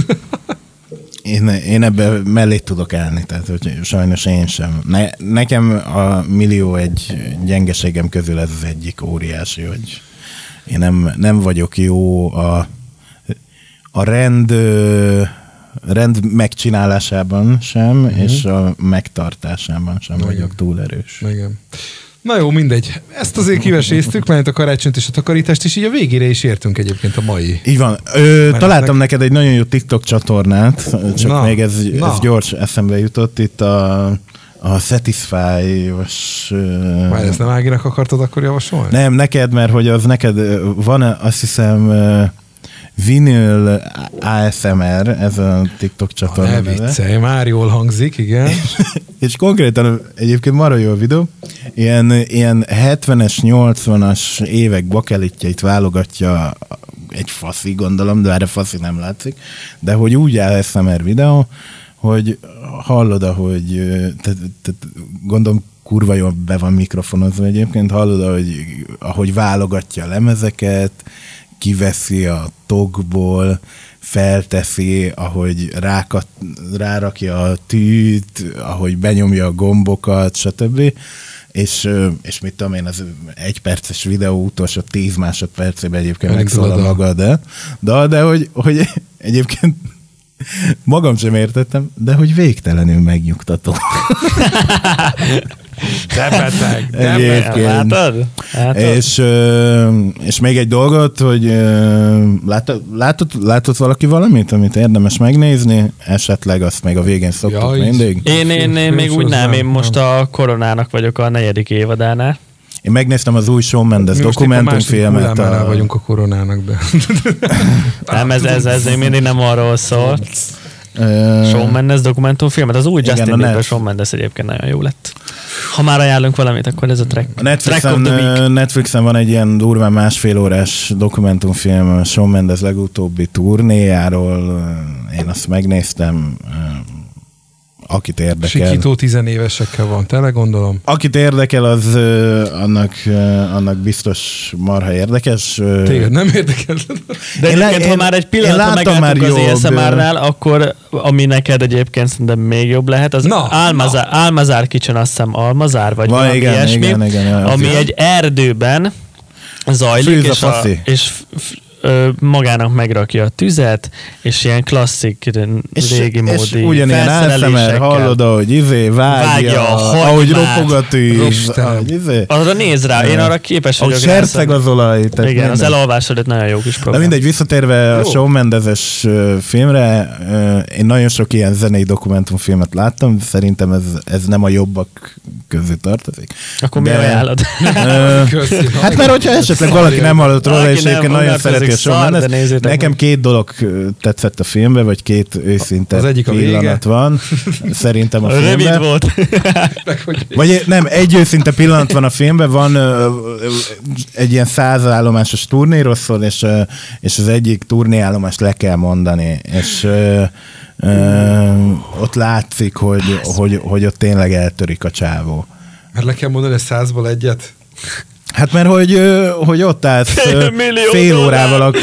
Én ebben mellé tudok állni, tehát hogy sajnos én sem. Nekem a millió egy gyengeségem közül ez az egyik óriási, hogy én nem vagyok jó a rend megcsinálásában sem, és a megtartásában sem vagyok túl erős. Igen. Na jó, mindegy. Ezt azért kiveséztük, mert a karácsonyt és a takarítást, és így a végére is értünk egyébként a mai. Így van. Találtam neked egy nagyon jó TikTok csatornát, csak még ez gyors eszembe jutott. Itt a Satisfy-os... Már ezt nem Áginak akartad akkor javasolni? Nem, neked, mert hogy az neked van, azt hiszem... Vinyl ASMR, ez a TikTok csatorna. Ne viccelj, már jól hangzik, igen. És konkrétan egyébként marha jó a videó. Ilyen 70-es, 80-as évek bakelitjeit válogatja egy faszi, gondolom, de erre faszi nem látszik. De hogy úgy ASMR videó, hogy hallod, ahogy gondolom, kurva jól be van mikrofonozva egyébként, hallod, ahogy válogatja a lemezeket, kiveszi a tokból, felteszi, ahogy rárakja a tűt, ahogy benyomja a gombokat, stb. És mit tudom én, az 1 perces videó utolsó 10 másodpercében egyébként megszólal magad, de hogy egyébként magam sem értettem, de hogy végtelenül megnyugtató. De beteg. Látod? És még egy dolgot, hogy látott valaki valamit, amit érdemes megnézni? Esetleg azt még a végén szoktuk mindig? Én még úgy nem, én most a Koronának vagyok a 4. évadánál. Én megnéztem az új Shawn Mendes dokumentumfilmet. Most vagyunk a Koronának, de... Nem, ez még mindig nem arról szól. Shawn Mendes dokumentumfilmet, az új Justin Bieber Shawn Mendes egyébként nagyon jó lett. Ha már ajánlunk valamit, akkor ez a track. Netflixen van egy ilyen durván 1,5 órás dokumentumfilm Shawn Mendes legutóbbi turnéjáról. Én azt megnéztem. Akit érdekel. Sikító 10 évesekkel van, tele gondolom. Akit érdekel, az annak biztos marha érdekes. Téged nem érdekel. De egyébként, ha már egy pillanatra megálltunk az ASMR-nál, akkor ami neked egyébként szerintem még jobb lehet, az Almazár Kitchen, azt hiszem Almazár, vagy valami ilyesmi, ami egy erdőben zajlik, és magának megrakja a tüzet, és ilyen klasszik, régi módi ugyanilyen ASMR, hallod, ahogy vágja, ahogy ropog a tűz. Arra néz rá, én arra képes vagyok. Ahogy serceg az olaj. Igen, az elalvásod egy nagyon jó kis program. De mindegy, visszatérve a Shawn Mendes-es filmre, én nagyon sok ilyen zenei dokumentumfilmet láttam, szerintem ez nem a jobbak közé tartozik. Akkor mi ajánlod? Hát mert hogyha esetleg valaki nem hallott róla, és egyébként nagyon szereti a Shawn Mendes. Nekem 2 dolog tetszett a filmben, vagy 2 őszinte pillanat van. Szerintem a filmben. Rövid volt. Vagy nem, egy őszinte pillanat van a filmben, van egy ilyen 100 állomásos turnéról szól, és az egyik turnéállomást le kell mondani, és ott látszik, hogy ott tényleg eltörik a csávó. Mert le kell mondani 100-ból egyet? Hát mert hogy ott állsz fél órával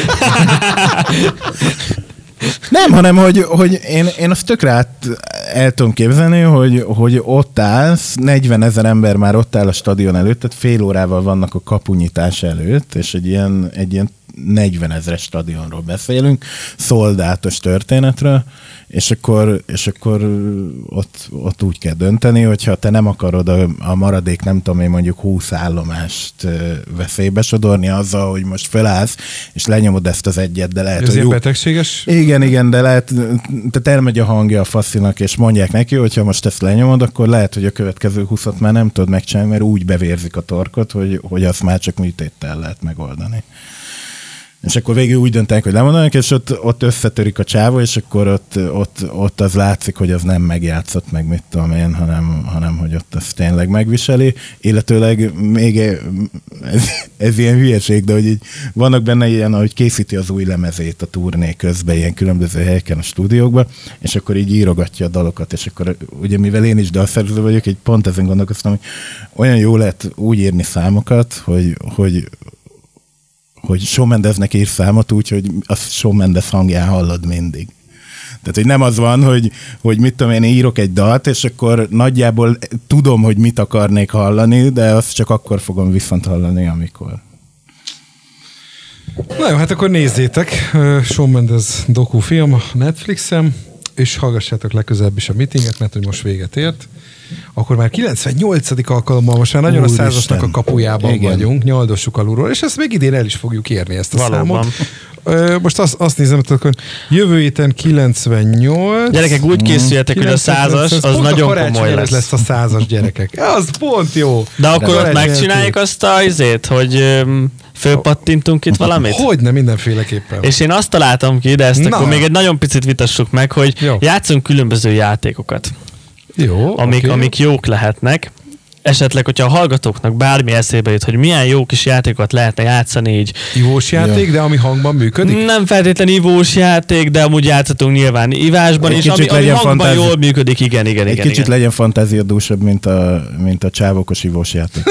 Nem, hanem hogy én azt tökre el tudom képzelni, hogy ott állsz, 40 000 ember már ott áll a stadion előtt, tehát fél órával vannak a kapunyítás előtt, és egy ilyen 40 000-es stadionról beszélünk, szoldátos történetről, és akkor ott úgy kell dönteni, hogyha te nem akarod a maradék, nem tudom én, mondjuk 20 állomást veszélybe sodorni azzal, hogy most felállsz, és lenyomod ezt az egyet, de lehet, hogy jó. Betegséges? Igen, de lehet, tehát elmegy a hangja a faszinak, és mondják neki, hogyha most ezt lenyomod, akkor lehet, hogy a következő 20-at már nem tudod megcsinálni, mert úgy bevérzik a torkot, hogy azt már csak műtéttel lehet megoldani. És akkor végül úgy döntenek, hogy lemondanak, és ott összetörik a csávó, és akkor ott az látszik, hogy az nem megjátszott meg, mit tudom én, hanem hogy ott az tényleg megviseli. Illetőleg még ez ilyen hülyeség, de hogy így vannak benne ilyen, ahogy készíti az új lemezét a turné közben, ilyen különböző helyeken a stúdiókban, és akkor így írogatja a dalokat, és akkor ugye mivel én is dalszerző vagyok, így pont ezen gondolkoztam, hogy olyan jó lehet úgy írni számokat, hogy Shawn Mendesnek ír számot úgy, hogy a Shawn Mendes hangján hallod mindig. Tehát, hogy nem az van, hogy mit tudom én, írok egy dalt, és akkor nagyjából tudom, hogy mit akarnék hallani, de azt csak akkor fogom viszont hallani, amikor. Na jó, hát akkor nézzétek, Shawn Mendes dokufilm a Netflixen, és hallgassátok legközelebb is a meetinget, mert hogy most véget ért. Akkor már 98. alkalommal, most már nagyon a 100-asnak a kapujában vagyunk, nyaldossuk alulról, és ezt még idén el is fogjuk érni, ezt a számot. Most azt nézem, hogy jövő héten 98. Gyerekek, úgy készüljetek, hogy a 100-as az nagyon komoly lesz a 100-as gyerekek. Az pont jó. De akkor ott megcsináljuk azt a izét, hogy fölpattintunk itt valamit? Hogyne, mindenféleképpen. És én azt találtam ki, de ezt akkor még egy nagyon picit vitassuk meg, hogy játszunk különböző játékokat. Jó, amik jók lehetnek. Esetleg, hogyha a hallgatóknak bármi eszébe jut, hogy milyen jó kis játékokat lehetne játszani így. Ivós játék, de ami hangban működik? Nem feltétlenül ivós játék, de amúgy játszhatunk nyilván ivásban is, ami hangban jól működik, igen. Egy kicsit legyen fantáziadúsabb, mint a csávokos ivós játék.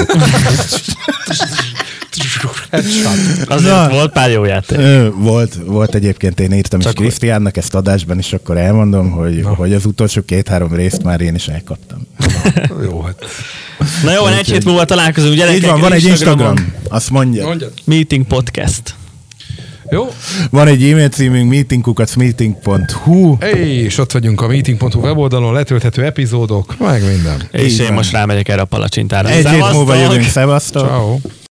Azért volt pár jó játék. Volt egyébként, én írtam csak is Krisztiánnak ezt adásban, és akkor elmondom, hogy az utolsó 2-3 részt már én is elkaptam. Jó, hát. Na jó, egy hét múlva találkozunk, gyerekek. Így van egy Instagram. Azt mondjad. Meeting Podcast. Jó. Van egy e-mail címünk meeting@meeting.hu. És ott vagyunk a meeting.hu weboldalon, letölthető epizódok, meg minden. És én most rámegyek erre a palacsintára. Egy hét múlva jövünk, szevasztok. Ciao.